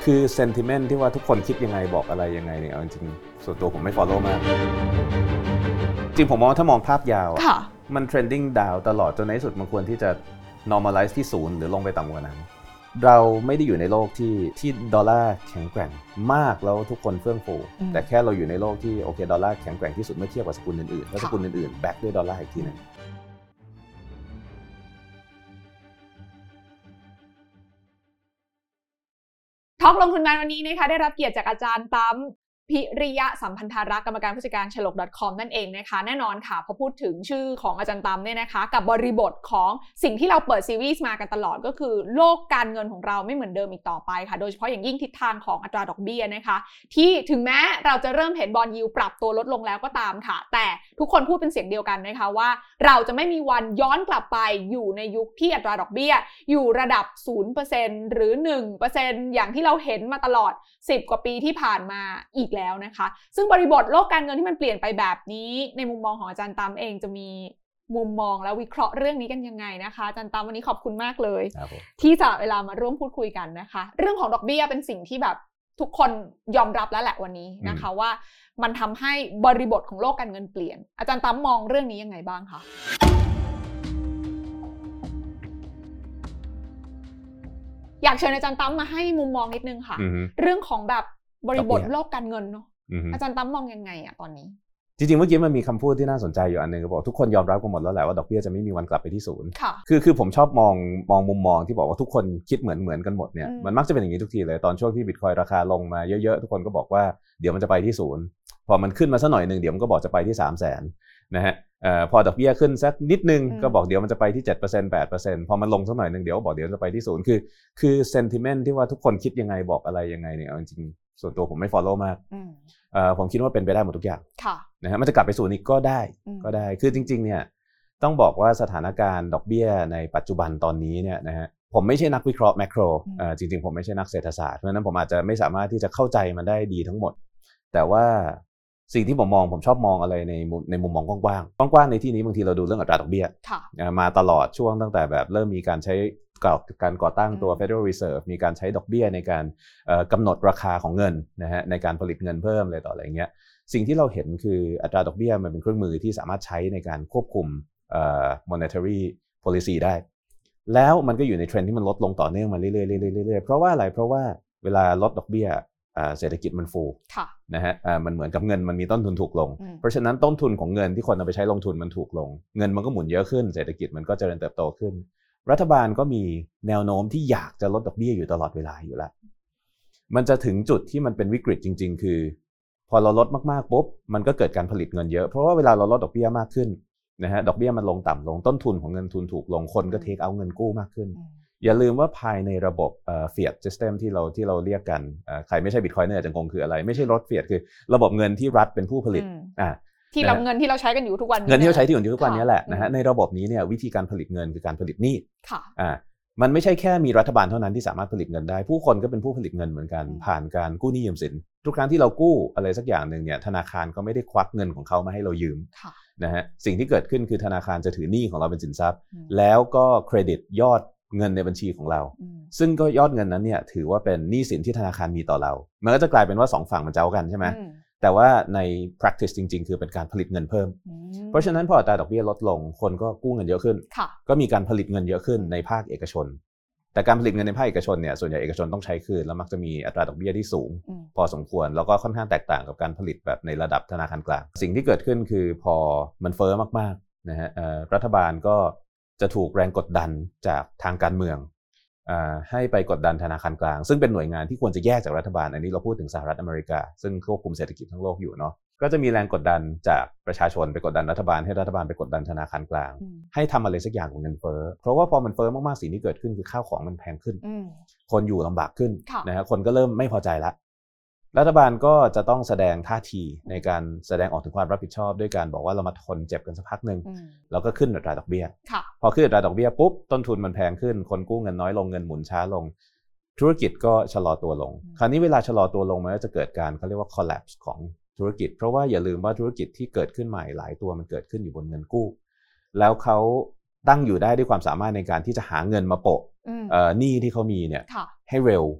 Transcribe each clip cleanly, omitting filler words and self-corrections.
คือ sentiment ที่ว่าทุกคนคิดยังไงบอกอะไรยังไงเนี่ยเอาจริงๆส่วนตัวผมไม่ follow มากจริงผมมองว่าถ้ามองภาพยาวมัน trending down ตลอดจนในที่สุดมันควรที่จะ normalize ที่ศูนย์หรือลงไปต่ำกว่านั้นเราไม่ได้อยู่ในโลกที่ดอลลาร์แข็งแกร่งมากแล้วทุกคนเฟื่องฟูแต่แค่เราอยู่ในโลกที่โอเคดอลลาร์แข็งแกร่งที่สุดเมื่อเทียบกับสกุลอื่นๆแล้วสกุลอื่นๆแบ็คด้วยดอลลาร์อีกทีนึงท็อกลงทุนวันนี้นะคะได้รับเกียรติจากอาจารย์ตั้มพิริยะสัมพันธารักษ์กรรมการผู้จัดการฉลก .com นั่นเองนะคะแน่นอนค่ะพอพูดถึงชื่อของอาจารย์ตั้มเนี่ยนะคะกับบริบทของสิ่งที่เราเปิดซีรีส์มากันตลอดก็คือโลกการเงินของเราไม่เหมือนเดิมอีกต่อไปค่ะโดยเฉพาะอย่างยิ่งทิศทางของอัตราดอกเบี้ยนะคะที่ถึงแม้เราจะเริ่มเห็นบอนด์ยิลด์ปรับตัวลดลงแล้วก็ตามค่ะแต่ทุกคนพูดเป็นเสียงเดียวกันนะคะว่าเราจะไม่มีวันย้อนกลับไปอยู่ในยุคที่อัตราดอกเบี้ยอยู่ระดับ 0% หรือ 1% อย่างที่เราเห็นมาตลอด10 กว่าปีที่ผ่านมาอีกแล้วนะคะซึ่งบริบทโลกการเงินที่มันเปลี่ยนไปแบบนี้ในมุมมองของอาจารย์ตั้มเองจะมีมุมมองและวิเคราะห์เรื่องนี้กันยังไงนะคะอาจารย์ตั้มวันนี้ขอบคุณมากเลยที่จะเวลามาร่วมพูดคุยกันนะคะเรื่องของดอกเบี้ยเป็นสิ่งที่แบบทุกคนยอมรับแล้วแหละวันนี้นะคะว่ามันทำให้บริบทของโลกการเงินเปลี่ยนอาจารย์ตั้มมองเรื่องนี้ยังไงบ้างคะอยากเชิญอาจารย์ตั้มมาให้มุมมองนิดนึงค่ะเรื่องของแบบบริบทโลกการเงินเนาะอาจารย์ตั้มมองยังไงอะตอนนี้จริงๆเมื่อกี้มันมีคำพูดที่น่าสนใจอยู่อันนึงก็บอกทุกคนยอมรับกันหมดแล้วแหละว่าดอกเบี้ยจะไม่มีวันกลับไปที่ศูนย์คือผมชอบมองมุมมองที่บอกว่าทุกคนคิดเหมือนกันหมดเนี่ยมันมักจะเป็นอย่างนี้ทุกทีเลยตอนช่วงที่บิตคอยน์ราคาลงมาเยอะๆทุกคนก็บอกว่าเดี๋ยวมันจะไปที่ศูนย์พอมันขึ้นมาสักหน่อยนึงเดี๋ยวมันก็บอกจะไปที่ 300,000 นะฮะพอดอกเบี้ยขึ้นสักนิดนึงก็บอกเดี๋ยวมันจะไปที่ 7% 8% พอมันลงสักหน่อยนึงเดี๋ยวบอกเดี๋ยวจะไปที่ศูนย์คือ sentiment ที่ว่าทุกคนคิดยังไงบอกอะไรยังไงเนี่ยเอาจริงๆส่วนตัวผมไม่ follow มากผมคิดว่าเป็นไปได้หมดทุกอย่างนะฮะมันจะกลับไปศูนย์อีกก็ได้คือจริงๆเนี่ยต้องบอกว่าสถานการณ์ดอกเบี้ยในปัจจุบันตอนนี้เนี่ยนะฮะผมไม่ใช่นักวิเคราะห์แมคโครจริงๆผมไม่ใช่นักเศรษฐศาสตร์เพราะฉะนั้นผมอาจจะไม่สามารถที่จะเข้าใจมันได้ดีทั้งหมดแต่ว่าสิ่งที่ผมชอบมองอะไรในมุมมองกว้างๆในที่นี้บางทีเราดูเรื่องอัตราดอกเบี้ยมาตลอดช่วงตั้งแต่แบบเริ่มมีการใช้การก่อตั้งตัว Federal Reserve มีการใช้ดอกเบี้ยในการกำหนดราคาของเงินนะฮะในการผลิตเงินเพิ่มอะไรต่ออะไรเงี้ยสิ่งที่เราเห็นคืออัตราดอกเบี้ยมันเป็นเครื่องมือที่สามารถใช้ในการควบคุมmonetary policy ได้แล้วมันก็อยู่ในเทรนด์ที่มันลดลงต่อเนื่องมาเรื่อยๆเพราะว่าอะไรเพราะว่าเวลาลดดอกเบี้ยเศรษฐกิจมันฟูนะฮะมันเหมือนกับเงินมันมีต้นทุนถูกลงเพราะฉะนั้นต้นทุนของเงินที่คนเอาไปใช้ลงทุนมันถูกลงเงินมันก็หมุนเยอะขึ้นเศรษฐกิจมันก็เจริญเติบโตขึ้นรัฐบาลก็มีแนวโน้มที่อยากจะลดดอกเบี้ยอยู่ตลอดเวลาอยู่แล้วมันจะถึงจุดที่มันเป็นวิกฤตจริงๆคือพอเราลดมากๆปุ๊บมันก็เกิดการผลิตเงินเยอะเพราะว่าเวลาเราลดดอกเบี้ยมากขึ้นนะฮะดอกเบี้ยมันลงต่ำลงต้นทุนของเงินทุนถูกลงคนก็เทคเอาเงินกู้มากขึ้นอย่าลืมว่าภายในระบบfiat system ที่เราเรียกกันใครไม่ใช่ Bitcoiner อาจจะงงคืออะไรไม่ใช่รถ fiat คือระบบเงินที่รัฐเป็นผู้ผลิตที่เราเงินที่เราใช้กันอยู่ทุกวันนี้เงินที่เราใช้ที่อยู่ทุกวันนี้แหละนะฮะในระบบนี้เนี่ยวิธีการผลิตเงินคือการผลิตหนี้มันไม่ใช่แค่มีรัฐบาลเท่านั้นที่สามารถผลิตเงินได้ผู้คนก็เป็นผู้ผลิตเงินเหมือนกันผ่านการกู้หนี้ยืมสินทุกครั้งที่เรากู้อะไรสักอย่างนึงเนี่ยธนาคารก็ไม่ได้ควักเงินของเขามาให้เรายืมนะฮะสิ่งที่เกิดขึ้นคือธนาคารจะถือหนี้ของเราเป็นสินทรัพย์แล้วก็เครดิตยอดเงินในบัญชีของเราซึ่งก็ยอดเงินนั้นเนี่ยถือว่าเป็นหนี้สินที่ธนาคารมีต่อเรามันก็จะกลายเป็นว่า2ฝั่งมันเจ้ากันใช่ไหมแต่ว่าใน practice จริงๆคือเป็นการผลิตเงินเพิ่มเพราะฉะนั้นพออัตราดอกเบี้ยลดลงคนก็กู้เงินเยอะขึ้นก็มีการผลิตเงินเยอะขึ้นในภาคเอกชนแต่การผลิตเงินในภาคเอกชนเนี่ยส่วนใหญ่เอกชนต้องใช้คืนแล้วมักจะมีอัตราดอกเบี้ยที่สูงพอสมควรแล้วก็ค่อนข้างแตกต่างกับการผลิตแบบในระดับธนาคารกลางสิ่งที่เกิดขึ้นคือพอมันเฟ้อมากๆนะฮะรัฐบาลก็จะถูกแรงกดดันจากทางการเมืองให้ไปกดดันธนาคารกลางซึ่งเป็นหน่วยงานที่ควรจะแยกจากรัฐบาลอันนี้เราพูดถึงสหรัฐอเมริกาซึ่งควบคุมเศรษฐกิจทั้งโลกอยู่เนาะก็จะมีแรงกดดันจากประชาชนไปกดดันรัฐบาลให้รัฐบาลไปกดดันธนาคารกลางให้ทำอะไรสักอย่างของเงินเฟ้อเพราะว่าพอมันเฟ้อมากๆสิ่งที่เกิดขึ้นคือข้าวของมันแพงขึ้นคนอยู่ลำบากขึ้นนะฮะคนก็เริ่มไม่พอใจละรัฐบาลก็จะต้องแสดงท่าทีในการแสดงออกถึงความรับผิดชอบด้วยการบอกว่าเรามาทนเจ็บกันสักพักนึงแล้วก็ขึ้นอัตราดอกเบี้ยพอขึ้นอัตราดอกเบี้ยปุ๊บต้นทุนมันแพงขึ้นคนกู้เงินน้อยลงเงินหมุนช้าลงธุรกิจก็ชะลอตัวลงคราวนี้เวลาชะลอตัวลงมันก็จะเกิดการเขาเรียกว่า collapse ของธุรกิจเพราะว่าอย่าลืมว่าธุรกิจที่เกิดขึ้นใหม่หลายตัวมันเกิดขึ้นอยู่บนเงินกู้แล้วเขาตั้งอยู่ได้ด้วยความสามารถในการที่จะหาเงินมาโปะหนี้ที่เขามีเนี่ยให้เร็ว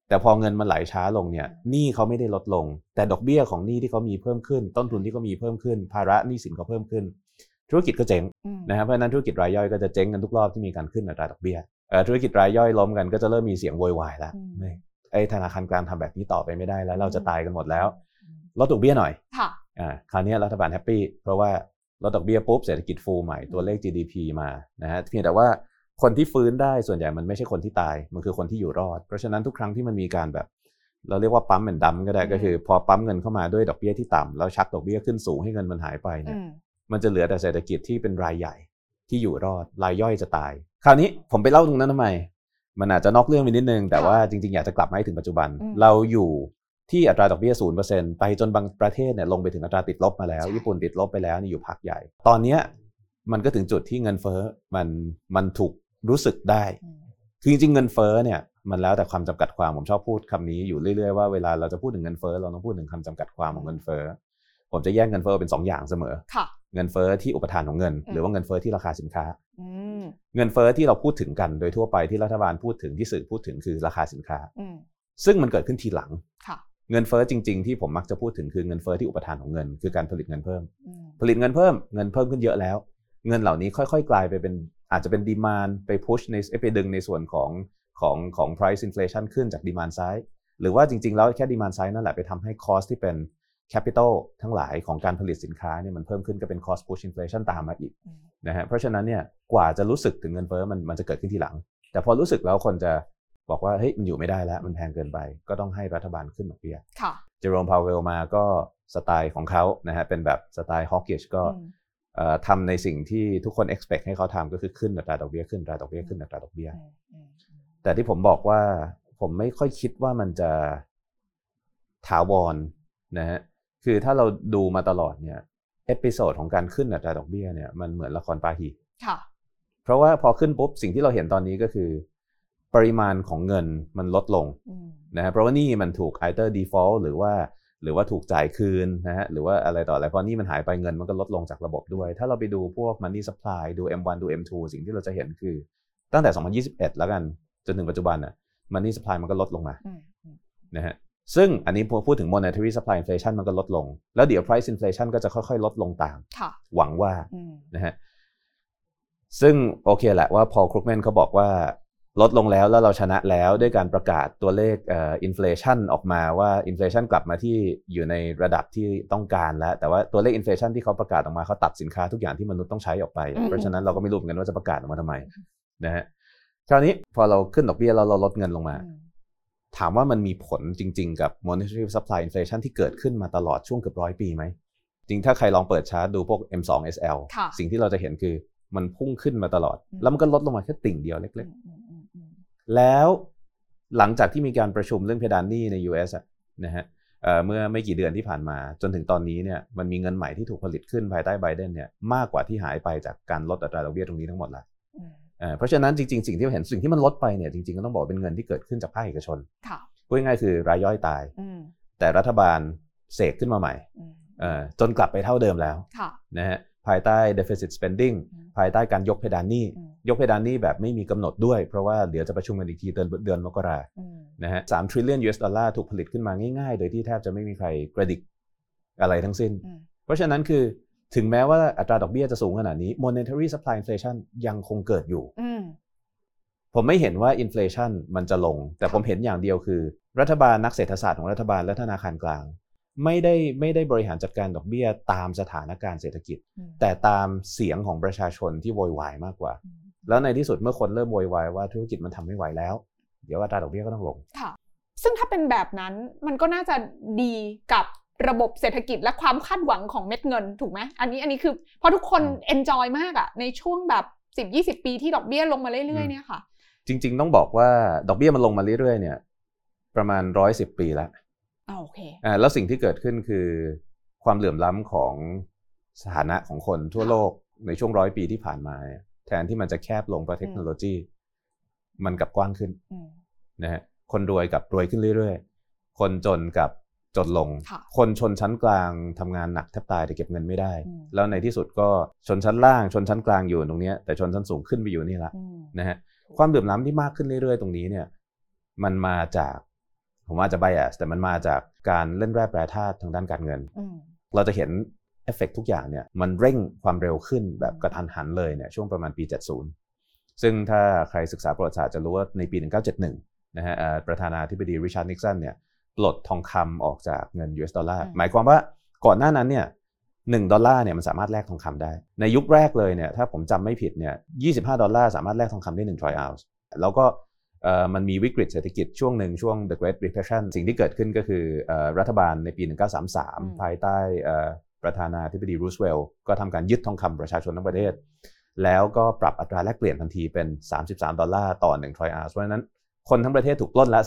แต่พอเงินมันไหลช้าลงเนี่ยหนี้เขาไม่ได้ลดลงแต่ดอกเบี้ยของหนี้ที่เขามีเพิ่มขึ้นต้นทุนที่เขามีเพิ่มขึ้นภาระหนี้สินเขาเพิ่มขึ้นธุรกิจก็เจ๊งนะครับเพราะฉะนั้นธุรกิจรายย่อยก็จะเจ๊งกันทุกรอบที่มีการขึ้นอัตราดอกเบี้ยธุรกิจรายย่อยล้มกันก็จะเริ่มมีเสียงโวยวายแล้วไอ้ธนาคารกลางทำแบบนี้ต่อไปไม่ได้แล้วเราจะตายกันหมดแล้วลดดอกเบี้ยหน่อยคราวนี้รัฐบาลแฮปปี้เพราะว่าลดดอกเบี้ยปุ๊บเศรษฐกิจฟูใหม่ตัวเลข GDP มานะฮะเพียงแต่ว่าคนที่ฟื้นได้ส่วนใหญ่มันไม่ใช่คนที่ตายมันคือคนที่อยู่รอดเพราะฉะนั้นทุกครั้งที่มันมีการแบบเราเรียกว่าปั๊มเหมือนดัมก็ได้ก็คือพอปั๊มเงินเข้ามาด้วยดอกเบี้ยที่ต่ำแล้วชักดอกเบี้ยขึ้นสูงให้เงินมันหายไปเนี่ยมันจะเหลือแต่เศรษฐกิจที่เป็นรายใหญ่ที่อยู่รอดรายย่อยจะตายคราวนี้ผมไปเล่าตรงนั้นทำไมมันอาจจะนอกเรื่องไปนิดนึงแต่ว่าจริงๆอยากจะกลับมาให้ถึงปัจจุบันเราอยู่ที่อัตราดอกเบี้ย 0% ไปจนบางประเทศเนี่ยลงไปถึงอัตราติดลบมาแล้วญี่ปุ่นติดลบไปแล้วนี่อยู่พักใหญ่ตอนนี้มันก็ถึงจุดที่เงินเฟ้อมันถูกรู้สึกได้คือจริงๆเงินเฟ้อเนี่ยมันแล้วแต่ความจำกัดความผมชอบพูดคำนี้อยู่เรื่อยๆว่าเวลาเราจะพูดถึงเงินเฟ้อเราต้องพูดถึงคำจำกัดความของเงินเฟ้อผมจะแยกเงินเฟ้อเป็น2อย่างเสมอเงินเฟ้อที่อุปทานของเงินหรือว่าเงินเฟ้อที่ราคาสินค้าเงินเฟ้อที่เราพูดถึงกันโดยทั่วไปที่รัฐบาลพูดถึงที่สื่อพูดถึงคือราคาสินค้าซึ่งมันเกิดขึ้นทีหลังเงินเฟ้อจริงๆที่ผมมักจะพูดถึงคือเงินเฟ้อที่อุปทานของเงินคือการผลิตเงินเพิ่มผลิตเงินเพิ่มขึ้นเยอะแล้วเงินเหล่านี้ค่อยๆกลายไปเป็นอาจจะเป็นดีมานด์ไปพุชในไปดึงในส่วนของ price inflation ขึ้นจาก demand side หรือว่าจริงๆแล้วแค่ demand side นั่นแหละไปทำให้ cost ที่เป็น capital ทั้งหลายของการผลิตสินค้าเนี่ยมันเพิ่มขึ้นก็เป็น cost push inflation ตามมาอีกนะฮะเพราะฉะนั้นเนี่ยกว่าจะรู้สึกถึงเงินเฟ้อมันจะเกิดขึ้นทีหลังแต่พอรู้สึกแล้วคนจะบอกว่าเฮ้ยมันอยู่ไม่ได้แล้วมันแพงเกินไปก็ต้องให้รัฐบาลขึ้นดอกเบี้ยเจอโรม พาวเวลมาก็สไตล์ของเขานะฮะเป็นแบบสไตล์ฮอว์กิชก็ทำในสิ่งที่ทุกคน expect ให้เขาทำก็คือขึ้นอัตราดอกเบี้ยขึ้นอัตราดอกเบี้ยขึ้นอัตราดอกเบี้ยแต่ที่ผมบอกว่าผมไม่ค่อยคิดว่ามันจะถาวรนะฮะคือถ้าเราดูมาตลอดเนี่ยเอพิโซดของการขึ้นอัตราดอกเบี้ยเนี่ยมันเหมือนละครปาหีเพราะว่าพอขึ้นปุ๊บสิ่งที่เราเห็นตอนนี้ก็คือปริมาณของเงินมันลดลงนะฮะเพราะว่านี่มันถูก either default หรือว่าถูกจ่ายคืนนะฮะหรือว่าอะไรต่ออะไรพอนี่มันหายไปเงินมันก็ลดลงจากระบบด้วยถ้าเราไปดูพวก money supply ดู M1 ดู M2 สิ่งที่เราจะเห็นคือตั้งแต่2021แล้วกันจนถึงปัจจุบันน่ะ money supply มันก็ลดลงมานะฮะซึ่งอันนี้พอพูดถึง monetary supply inflation มันก็ลดลงแล้วเดี๋ยว price inflation ก็จะค่อยๆลดลงตามหวังว่านะฮะซึ่งโอเคแหละว่าพอครุกแมนเขาบอกว่าลดลงแล้วเราชนะแล้วด้วยการประกาศตัวเลขอินฟลชันออกมาว่าอินฟลชันกลับมาที่อยู่ในระดับที่ต้องการแล้วแต่ว่าตัวเลขอินฟลชันที่เขาประกาศออกมาเขาตัดสินค้าทุกอย่างที่มนุษย์ต้องใช้ออกไปเพราะฉะนั้นเราก็ไม่รู้เหมือนกันว่าจะประกาศออกมาทำไมนะฮะคราวนี้พอเราขึ้นดอกเบี้ยเราลดเงินลงมาถามว่ามันมีผลจริงๆกับ monetary supply inflation ที่เกิดขึ้นมาตลอดช่วงเกือบ100 ปีไหมจริงถ้าใครลองเปิดชาร์ตดูพวก M2SL สิ่งที่เราจะเห็นคือมันพุ่งขึ้นมาตลอดแล้วมันก็ลดลงมาแค่ติ่งเดียวเล็กๆแล้วหลังจากที่มีการประชุมเรื่องเพดานหนี้ใน US นะฮะเมื่อไม่กี่เดือนที่ผ่านมาจนถึงตอนนี้เนี่ยมันมีเงินใหม่ที่ถูกผลิตขึ้นภายใต้ไบเดนเนี่ยมากกว่าที่หายไปจากการลดอัตราดอกเบี้ยตรงนี้ทั้งหมดแล้วเพราะฉะนั้นจริงๆสิ่งที่เราเห็นสิ่งที่มันลดไปเนี่ยจริงๆก็ต้องบอกเป็นเงินที่เกิดขึ้นจากภาคเอกชนพูดง่ายๆคือรายย่อยตายแต่รัฐบาลเสกขึ้นมาใหม่จนกลับไปเท่าเดิมแล้วนะฮะภายใต้ deficit spending ภายใต้การยกเพดานหนี้แบบไม่มีกำหนดด้วยเพราะว่าเดี๋ยวจะประชุมกันอีกทีเดือนมกรานะฮะ$3 trillion ถูกผลิตขึ้นมาง่ายๆโดยที่แทบจะไม่มีใครกระดิกอะไรทั้งสิ้นเพราะฉะนั้นคือถึงแม้ว่าอัตราดอกเบี้ยจะสูงขนาดนี้ monetary supply inflation ยังคงเกิดอยู่ผมไม่เห็นว่า inflation มันจะลงแต่ผมเห็นอย่างเดียวคือรัฐบาลนักเศรษฐศาสตร์ของรัฐบาลและธนาคารกลางไม่ได้บริหารจัดการดอกเบี้ยตามสถานการณ์เศรษฐกิจแต่ตามเสียงของประชาชนที่โวยวายมากกว่าแล้วในที่สุดเมื่อคนเริ่มโวยวายว่าธุรกิจมันทำไม่ไหวแล้วเดี๋ยวอัตราดอกเบี้ยก็ต้องลงค่ะซึ่งถ้าเป็นแบบนั้นมันก็น่าจะดีกับระบบเศรษฐกิจและความคาดหวังของเม็ดเงินถูกไหมอันนี้คือเพราะทุกคนเอนจอยมากอะในช่วงแบบ 10-20 ปีที่ดอกเบี้ยลงมาเรื่อยๆเนี่ยค่ะจริงๆต้องบอกว่าดอกเบี้ยมันลงมาเรื่อยๆเนี่ยประมาณ110 ปีแล้วโอเคแล้วสิ่งที่เกิดขึ้นคือความเหลื่อมล้ำของสถานะของคนทั่วโลกในช่วง100 ปีที่ผ่านมาแทนที่มันจะแคบลงเพราะเทคโนโลยีมันกลับกว้างขึ้นนะฮะคนรวยกับรวยขึ้นเรื่อยๆคนจนกับจนลงคนชนชั้นกลางทำงานหนักแทบตายแต่เก็บเงินไม่ได้แล้วในที่สุดก็ชนชั้นล่างชนชั้นกลางอยู่ตรงนี้แต่ชนชั้นสูงขึ้นไปอยู่นี่ละนะฮะความเหลื่อมล้ำที่มากขึ้นเรื่อยๆตรงนี้เนี่ยมันมาจากผมอาจจะ bias แต่มันมาจากการเล่นแร่แปรธาตุทางด้านการเงินเราจะเห็นเอฟเฟกต์ทุกอย่างเนี่ยมันเร่งความเร็วขึ้นแบบกระทันหันเลยเนี่ยช่วงประมาณปี 70 ซึ่งถ้าใครศึกษาประวัติศาสตร์จะรู้ว่าในปี 1971 นะฮะประธานาธิบดีริชาร์ดนิกสันเนี่ยปลดทองคำออกจากเงิน US ดอลลาร์หมายความว่าก่อนหน้านั้นเนี่ย$1เนี่ยมันสามารถแลกทองคำได้ในยุคแรกเลยเนี่ยถ้าผมจำไม่ผิดเนี่ย$25สามารถแลกทองคำได้1 troy ounce แล้วก็มันมีวิกฤตเศรษฐกิจช่วงหนึ่งช่วง The Great Recession สิ่งที่เกิดขึ้นก็คือรัฐบาลในปี 1933 ภายใต้ประธานาธิบดีรูสเวลล์ก็ทำการยึดทองคำประชาชนทั้งประเทศแล้วก็ปรับอัตราแลกเปลี่ยนทันทีเป็น$33ต่อ1 troy ounce เพราะฉะนั้นคนทั้งประเทศถูกปล้นละ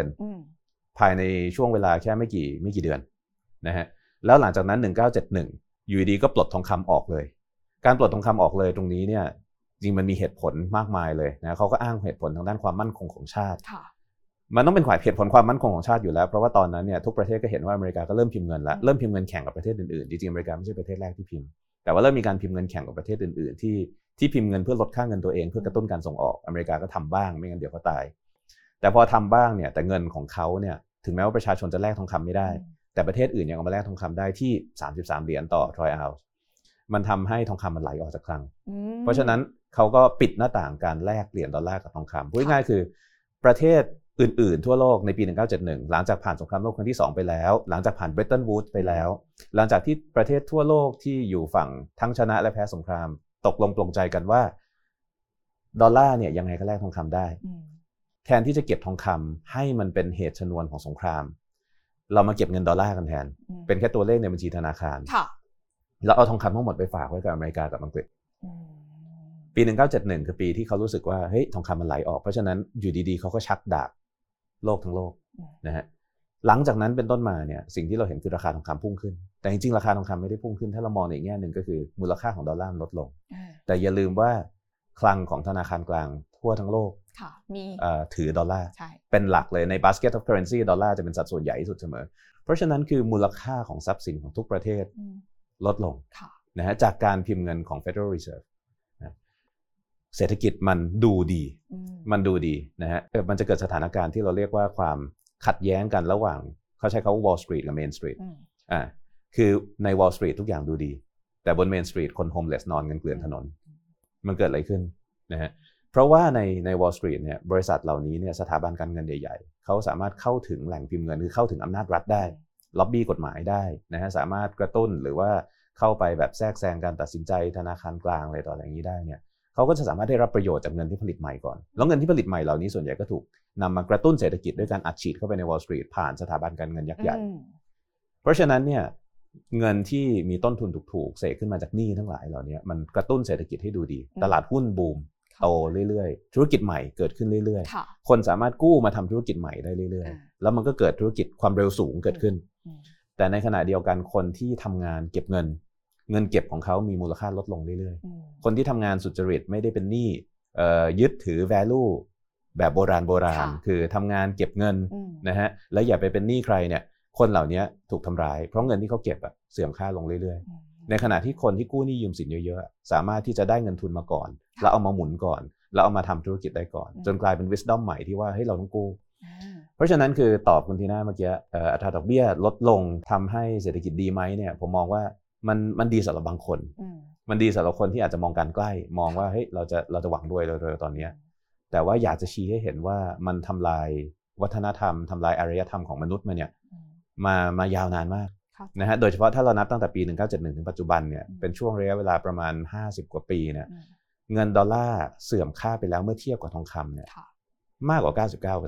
30% ภายในช่วงเวลาแค่ไม่กี่เดือนนะฮะแล้วหลังจากนั้น1971อยู่ดีก็ปลดทองคำออกเลยการปลดทองคำออกเลยตรงนี้เนี่ยจริงมันมีเหตุผลมากมายเลยนะเขาก็อ้างเหตุผลทางด้านความมั่นคงของชาติมันต้องเป็นเหตุผลความมั่นคงของชาติอยู่แล้วเพราะว่าตอนนั้นเนี่ยทุกประเทศก็เห็นว่าอเมริกาก็เริ่มพิมพ์เงินแล้วเริ่มพิมพ์เงินแข่งกับประเทศอื่นๆจริงๆอเมริกาไม่ใช่ประเทศแรกที่พิมพ์แต่ว่าเริ่มมีการพิมพ์เงินแข่งกับประเทศอื่นๆที่พิมพ์เงินเพื่อลดค่าเงินตัวเองเพื่อกระตุ้นการส่งออกอเมริกาก็ทำบ้างไม่งั้นเดี๋ยวเขาตายแต่พอทำบ้างเนี่ยแต่เงินของเขาเนี่ยถึงแม้ว่าประชาชนจะแลกทองคำไม่ได้แต่ประเทศอื่นยังเอามาแลกทองคำได้ที่$33ต่อ troy ounce มันทำให้ทองคำมันไหลออกจากคลังเพราะฉะนั้นเขาก็ปิดหน้าต่างการแลกเหรียญดอลลาร์กับทองคำพูดง่ายๆคือประเทศอื่นๆทั่วโลกในปี 1971 หลังจากผ่านสงครามโลกครั้งที่2ไปแล้วหลังจากผ่าน Bretton Woods ไปแล้วหลังจากที่ประเทศทั่วโลกที่อยู่ฝั่งทั้งชนะและแพ้สงครามตกลงปลงใจกันว่าดอลลาร์เนี่ยยังไงก็แลกทองคำได้แทนที่จะเก็บทองคำให้มันเป็นเหตุชนวนของสงครามเรามาเก็บเงินดอลลาร์กันแทนเป็นแค่ตัวเลขในบัญชีธนาคารแล้วเอาทองคำทั้งหมดไปฝากไว้กับอเมริกากับอังกฤษปี 1971 คือปีที่เขารู้สึกว่าเฮ้ยทองคำมันไหลออกเพราะฉะนั้นอยู่ดีๆเขาก็ชักดาบโลกทั้งโลกนะฮะหลังจากนั้นเป็นต้นมาเนี่ยสิ่งที่เราเห็นคือราคาทองคำพุ่งขึ้นแต่จริงๆราคาทองคำไม่ได้พุ่งขึ้นถ้าเรามองในอีกแง่หนึ่งก็คือมูลค่าของดอลลาร์ลดลงแต่อย่าลืมว่าคลังของธนาคารกลางทั่วทั้งโลกถือดอลลาร์เป็นหลักเลยใน basket of currency ดอลลาร์จะเป็นสัดส่วนใหญ่ที่สุดเสมอเพราะฉะนั้นคือมูลค่าของทรัพย์สินของทุกประเทศลดลงนะฮะจากการพิมพ์เงินของ Federal Reserve เศรษฐกิจมันดูดีนะฮะมันจะเกิดสถานการณ์ที่เราเรียกว่าความขัดแย้งกันระหว่างเขาใช้คำว่า Wall Street กับ Main Street คือใน Wall Street ทุกอย่างดูดีแต่บน Main Street คน homeless นอนกันเกลื่อนถนนมันเกิดอะไรขึ้นนะฮะเพราะว่าใน Wall Street เนี่ยบริษัทเหล่านี้เนี่ยสถาบันการเงินใหญ่ๆเขาสามารถเข้าถึงแหล่งพิมพ์เงินคือเข้าถึงอำนาจรัฐได้ล็อบบี้กฎหมายได้นะฮะสามารถกระตุ้นหรือว่าเข้าไปแบบแทรกแซงการตัดสินใจธนาคารกลางอะไรต่ออะไรอย่างนี้ได้เนี่ยเขาก็จะสามารถได้รับประโยชน์จากเงินที่ผลิตใหม่ก่อนแล้วเงินที่ผลิตใหม่เหล่านี้ส่วนใหญ่ก็ถูกนำมากระตุ้นเศรษฐกิจด้วยการอัดฉีดเข้าไปใน Wall Street ผ่านสถาบันการเงินยักษ์ใหญ่เพราะฉะนั้นเนี่ยเงินที่มีต้นทุนถูกๆเสกขึ้นมาจากหนี้ทั้งหลายเหล่านี้มันกระตุ้นเศรษฐกิจให้ดูดีตลาดหุ้นบูมโตเรื่อยๆธุรกิจใหม่เกิดขึ้นเรื่อยๆคนสามารถกู้มาทำธุรกิจใหม่ได้เรื่อยๆแล้วมันก็เกิดธุรกิจความเร็วสูงเกิดขึ้นแต่ในขณะเดียวกันคนที่ทำงานเก็บเงินเก็บของเขามีมูลค่าลดลงเรื่อยๆคนที่ทำงานสุจริตไม่ได้เป็นหนี้ยึดถือ value แบบโบราณคือทำงานเก็บเงินนะฮะแล้วอย่าไปเป็นหนี้ใครเนี่ยคนเหล่านี้ถูกทำร้ายเพราะเงินที่เขาเก็บเสื่อมค่าลงเรื่อยๆในขณะที่คนที่กู้หนี้ยืมสินเยอะๆสามารถที่จะได้เงินทุนมาก่อนแล้วเอามาหมุนก่อนแล้วเอามาทำธุรกิจได้ก่อนจนกลายเป็น wisdom ใหม่ที่ว่าเฮ้ยเราต้องกู้เพราะฉะนั้นคือตอบคุณทีน่าเมื่อกี้อัตราดอกเบี้ยลดลงทำให้เศรษฐกิจดีไหมเนี่ยผมมองว่ามันดีสำหรับบางคนมันดีสำหรับคนที่อาจจะมองการใกล้มองว่าเฮ้ยเราจะหวังรวยเร็วๆตอนนี้แต่ว่าอยากจะชี้ให้เห็นว่ามันทำลายวัฒนธรรมทำลายอารยธรรมของมนุษย์มาเนี่ยมายาวนานมากนะฮะโดยเฉพาะถ้าเรานับตั้งแต่ปี 1971 ถึงปัจจุบันเนี่ยเป็นช่วงระยะเวลาประมาณ50 กว่าปีเนี่ยเงินดอลลาร์เสื่อมค่าไปแล้วเมื่อเทียบกับทองคำเนี่ยมากกว่า 99%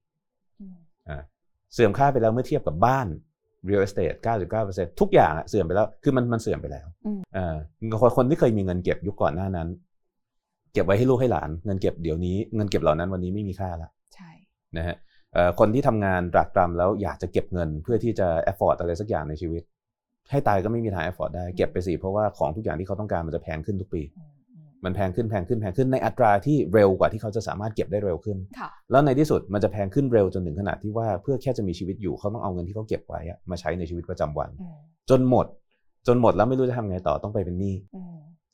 เสื่อมค่าไปแล้วเมื่อเทียบกับบ้าน real estate 99% ทุกอย่างเสื่อมไปแล้วคือมันเสื่อมไปแล้วคนที่เคยมีเงินเก็บยุคก่อนหน้านั้นเก็บไว้ให้ลูกให้หลานเงินเก็บเดี๋ยวนี้เงินเก็บเหล่านั้นวันนี้ไม่มีค่าแล้วใช่นะฮะคนที่ทำงานตรากตรำแล้วอยากจะเก็บเงินเพื่อที่จะ afford อะไรสักอย่างในชีวิตให้ตายก็ไม่มีทาง afford ได้เก็บไปสิเพราะว่าของทุกอย่างที่เขาต้องการมันจะแพงขึ้นทุกปีมันแพงขึ้นในอัตราที่เร็วกว่าที่เขาจะสามารถเก็บได้เร็วขึ้นแล้วในที่สุดมันจะแพงขึ้นเร็วจนถึงขนาดที่ว่าเพื่อแค่จะมีชีวิตอยู่เขาต้องเอาเงินที่เขาเก็บไว้มาใช้ในชีวิตประจำวันจนหมดแล้วไม่รู้จะทำไงต่อต้องไปเป็นหนี้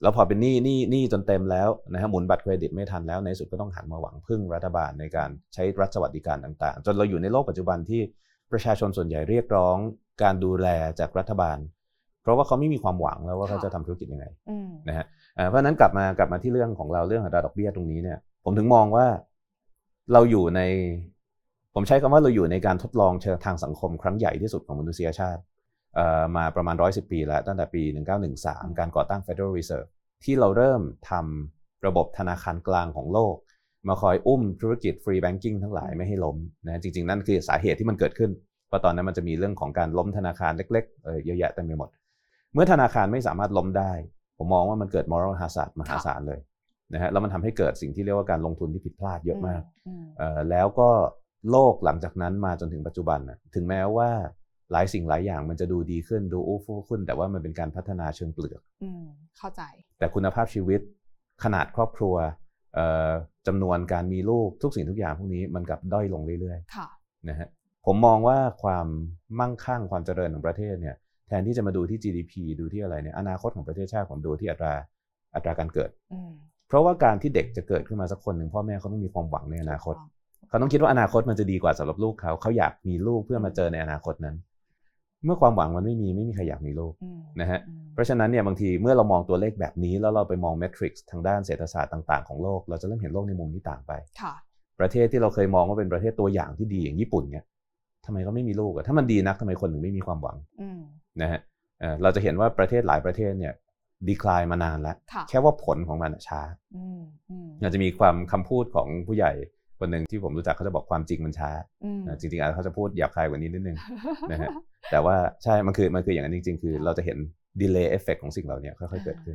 แล้วพอเป็นหนี้จนเต็มแล้วนะฮะหมุนบัตรเครดิตไม่ทันแล้วในสุดก็ต้องหันมาหวังพึ่งรัฐบาลในการใช้รัฐสวัสดิการต่างๆจนเราอยู่ในโลกปัจจุบันที่ประชาชนส่วนใหญ่เรียกร้องการดูแลจากรัฐบาลเพราะว่าเขาไม่มีความหวังแล้วว่าเขาจะทำธุรกิจยังไงนะฮะเพราะฉะนั้นกลับมาที่เรื่องของเราเรื่องอัตราดอกเบี้ยตรงนี้เนี่ยผมถึงมองว่าเราอยู่ในผมใช้คำว่าเราอยู่ในการทดลองเชิงทางสังคมครั้งใหญ่ที่สุดของมนุษยชาติมาประมาณ110 ปีแล้วตั้งแต่ปี1913การก่อตั้ง Federal Reserve ที่เราเริ่มทำระบบธนาคารกลางของโลกมาคอยอุ้มธุรกิจ Free Banking ทั้งหลายไม่ให้ล้มนะจริงๆนั่นคือสาเหตุที่มันเกิดขึ้นเพราะตอนนั้นมันจะมีเรื่องของการล้มธนาคารเล็กๆเยอะแยะเต็มไปหมดเมื่อธนาคารไม่สามารถล้มได้ผมมองว่ามันเกิด moral hazard มหาศาลเลยนะฮะแล้วมันทำให้เกิดสิ่งที่เรียกว่าการลงทุนที่ผิดพลาดเยอะมากแล้วก็โลกหลังจากนั้นมาจนถึงปัจจุบันถึงแม้ว่าหลายสิ่งหลายอย่างมันจะดูดีขึ้นดูอู้ฟู่ขึ้นแต่ว่ามันเป็นการพัฒนาเชิงเปลือกเข้าใจแต่คุณภาพชีวิตขนาดครอบครัวจำนวนการมีลูกทุกสิ่งทุกอย่างพวกนี้มันกลับด้อยลงเรื่อยๆนะฮะผมมองว่าความมั่งคั่งความเจริญของประเทศเนี่ยแทนที่จะมาดูที่ GDP ดูที่อะไรเนี่ยอนาคตของประเทศชาติผมดูที่อัตราการเกิดเพราะว่าการที่เด็กจะเกิดขึ้นมาสักคนหนึ่งพ่อแม่เขาต้องมีความหวังในอนาคตเขาต้องคิดว่าอนาคตมันจะดีกว่าสำหรับลูกเขาอยากมีลูกเพื่อมาเจอในอนาคตนั้นเมื่อความหวังมันไม่มีใครอยากมีลูกนะฮะเพราะฉะนั้นเนี่ยบางทีเมื่อเรามองตัวเลขแบบนี้แล้วเราไปมองเมทริกซ์ทางด้านเศรษฐศาสตร์ต่างๆของโลกเราจะเริ่มเห็นโลกในมุมที่ต่างไปประเทศที่เราเคยมองว่าเป็นประเทศตัวอย่างที่ดีอย่างญี่ปุ่นเนี่ยทำไมเขาไม่มีลูกถ้ามันดีนักทำไมคนถึงไม่มีความหวังนะฮะเราจะเห็นว่าประเทศหลายประเทศเนี่ยดีคลายมานานแล้วแค่ว่าผลของมันช้าอาจจะมีความคำพูดของผู้ใหญ่คนหนึ่งที่ผมรู้จักเขาจะบอกความจริงมันช้าจริงๆเขาจะพูดหยาบคายกว่านี้นิดนึงนะฮะแต่ว่าใช่มันคืออย่างนั้นจริงๆคือเราจะเห็น delay effect ของสิ่งเหล่านี้ค่อยๆเกิดขึ้น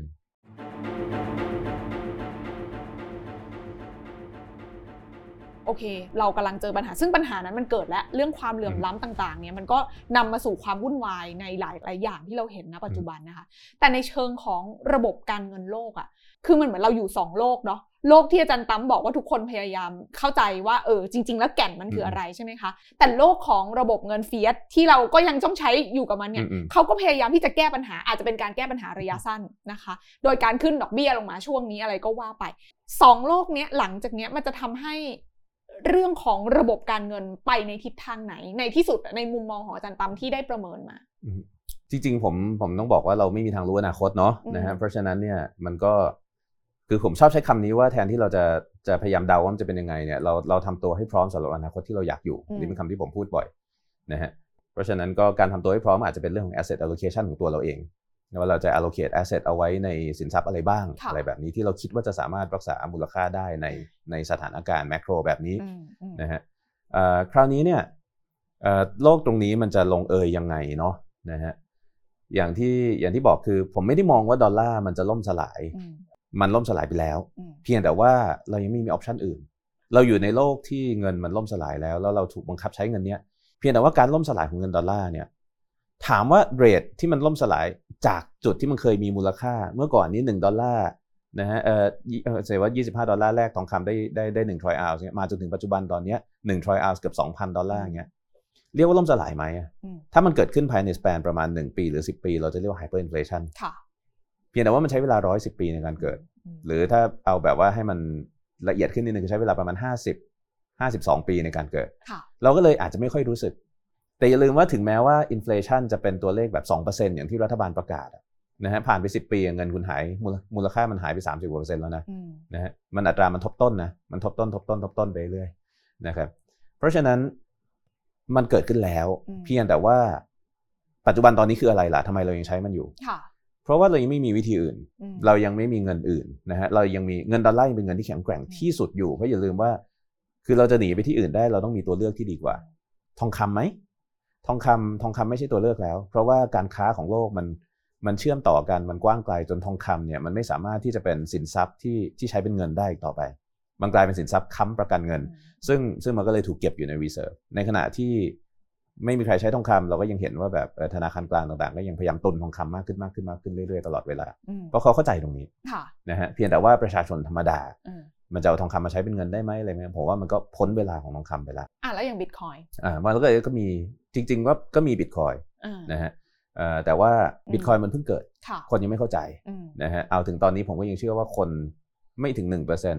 โอเคเรากำลังเจอปัญหาซึ่งปัญหานั้นมันเกิดแล้วเรื่องความเหลื่อมล้ำต่างๆเนี่ยมันก็นำมาสู่ความวุ่นวายในหลายอย่างที่เราเห็นณปัจจุบันนะคะแต่ในเชิงของระบบการเงินโลกคือมันเหมือนเราอยู่2โลกเนาะโลกที่อาจารย์ตั้มบอกว่าทุกคนพยายามเข้าใจว่าจริงๆแล้วแก่นมันคืออะไรใช่ไหมคะแต่โลกของระบบเงินเฟียสที่เราก็ยังต้องใช้อยู่กับมันเนี่ยเขาก็พยายามที่จะแก้ปัญหาอาจจะเป็นการแก้ปัญหาระยะสั้นนะคะโดยการขึ้นดอกเบี้ยลงมาช่วงนี้อะไรก็ว่าไป2โลกนี้หลังจากนี้มันจะทำให้เรื่องของระบบการเงินไปในทิศทางไหนในที่สุดในมุมมองของอาจารย์ตั้มที่ได้ประเมินมาจริงๆผมต้องบอกว่าเราไม่มีทางรู้อนาคตเนาะนะฮะเพราะฉะนั้นเนี่ยมันก็คือผมชอบใช้คำนี้ว่าแทนที่เราจะพยายามเดาว่ามันจะเป็นยังไงเนี่ยเราทำตัวให้พร้อมสำหรับอนาคตที่เราอยากอยู่นี่เป็นคำที่ผมพูดบ่อยนะฮะเพราะฉะนั้นก็การทำตัวให้พร้อมอาจจะเป็นเรื่องของ asset allocation ของตัวเราเองว่าเราจะ allocate asset เอาไว้ในสินทรัพย์อะไรบ้างอะไรแบบนี้ที่เราคิดว่าจะสามารถรักษามูลค่าได้ในสถานการณ์แมคโรแบบนี้นะฮะคราวนี้เนี่ยโลกตรงนี้มันจะลงเอยยังไงเนาะนะฮะอย่างที่บอกคือผมไม่ได้มองว่าดอลลาร์มันจะล่มสลายมันล่มสลายไปแล้วเพียงแต่ว่าเรายังไม่มีออปชันอื่นเราอยู่ในโลกที่เงินมันล่มสลายแล้วเราถูกบังคับใช้เงินเนี้ยเพียงแต่ว่าการล่มสลายของเงินดอลลาร์เนี่ยถามว่าเรทที่มันล่มสลายจากจุดที่มันเคยมีมูลค่าเมื่อก่อนนี้$1นะฮะเสียว่า$25แรกทองคำได้1 troy ounce เนี่ยมาจนถึงปัจจุบันตอนนี้1 troy ounce เกือบ$2,000เงี้ยเรียกว่าล่มสลายไหมถ้ามันเกิดขึ้นภายในสแปนประมาณ1 ปีหรือ10 ปีเราจะเรียกว่า hyperinflation เพียงแต่ว่ามันใช้เวลา110 ปีในการเกิดหรือถ้าเอาแบบว่าให้มันละเอียดขึ้นนิดนึงใช้เวลาประมาณ52 ปีในการเกิดเราก็เลยอาจจะไม่ค่อยรู้สึกแต่อย่าลืมว่าถึงแม้ว่าอินเฟลชันจะเป็นตัวเลขแบบ 2% อย่างที่รัฐบาลประกาศนะฮะผ่านไป10 ปีเงินคุณหายมูลค่ามันหายไป 30% แล้วนะฮะมันอัตรามันทบต้นนะมันทบต้นไปเรื่อยนะครับเพราะฉะนั้นมันเกิดขึ้นแล้วเพียงแต่ว่าปัจจุบันตอนนี้คืออะไรล่ะทำไมเรายังใช้มันอยู่เพราะว่าเรายังไม่มีวิธีอื่นเรายังไม่มีเงินอื่นนะฮะเรายังมีเงินดอลลาร์ยังเป็นเงินที่แข็งแกร่งที่สุดอยู่เพราะอย่าลืมว่าคือเราจะหนีไปที่อื่นได้เราต้องมีตัวเลือกที่ดีกว่าทองคำไหมทองคำไม่ใช่ตัวเลือกแล้วเพราะว่าการค้าของโลกมันเชื่อมต่อกันมันกว้างไกลจนทองคำเนี่ยมันไม่สามารถที่จะเป็นสินทรัพย์ที่ใช้เป็นเงินได้อีกต่อไปมันกลายเป็นสินทรัพย์ค้ำประกันเงินซึ่งมันก็เลยถูกเก็บอยู่ใน reserve ในขณะที่ไม่มีใครใช้ทองคำเราก็ยังเห็นว่าแบบธนาคารกลางต่างๆก็ยังพยายามตุนทองคำมากขึ้นเรื่อยๆตลอดเวลาเพราะเขาเข้าใจตรงนี้นะฮะเพียงแต่ว่าประชาชนธรรมดามันจะเอาทองคำมาใช้เป็นเงินได้ไหมอะไรไหมผมว่ามันก็พ้นเวลาของทองคำไปแล้วแล้วอย่างบิตคอยน์มันก็มีจริงๆว่าก็มีบิตคอยน์นะฮะแต่ว่า Bitcoin มันเพิ่งเกิดคนยังไม่เข้าใจนะฮะเอาถึงตอนนี้ผมก็ยังเชื่อว่าคนไม่ถึง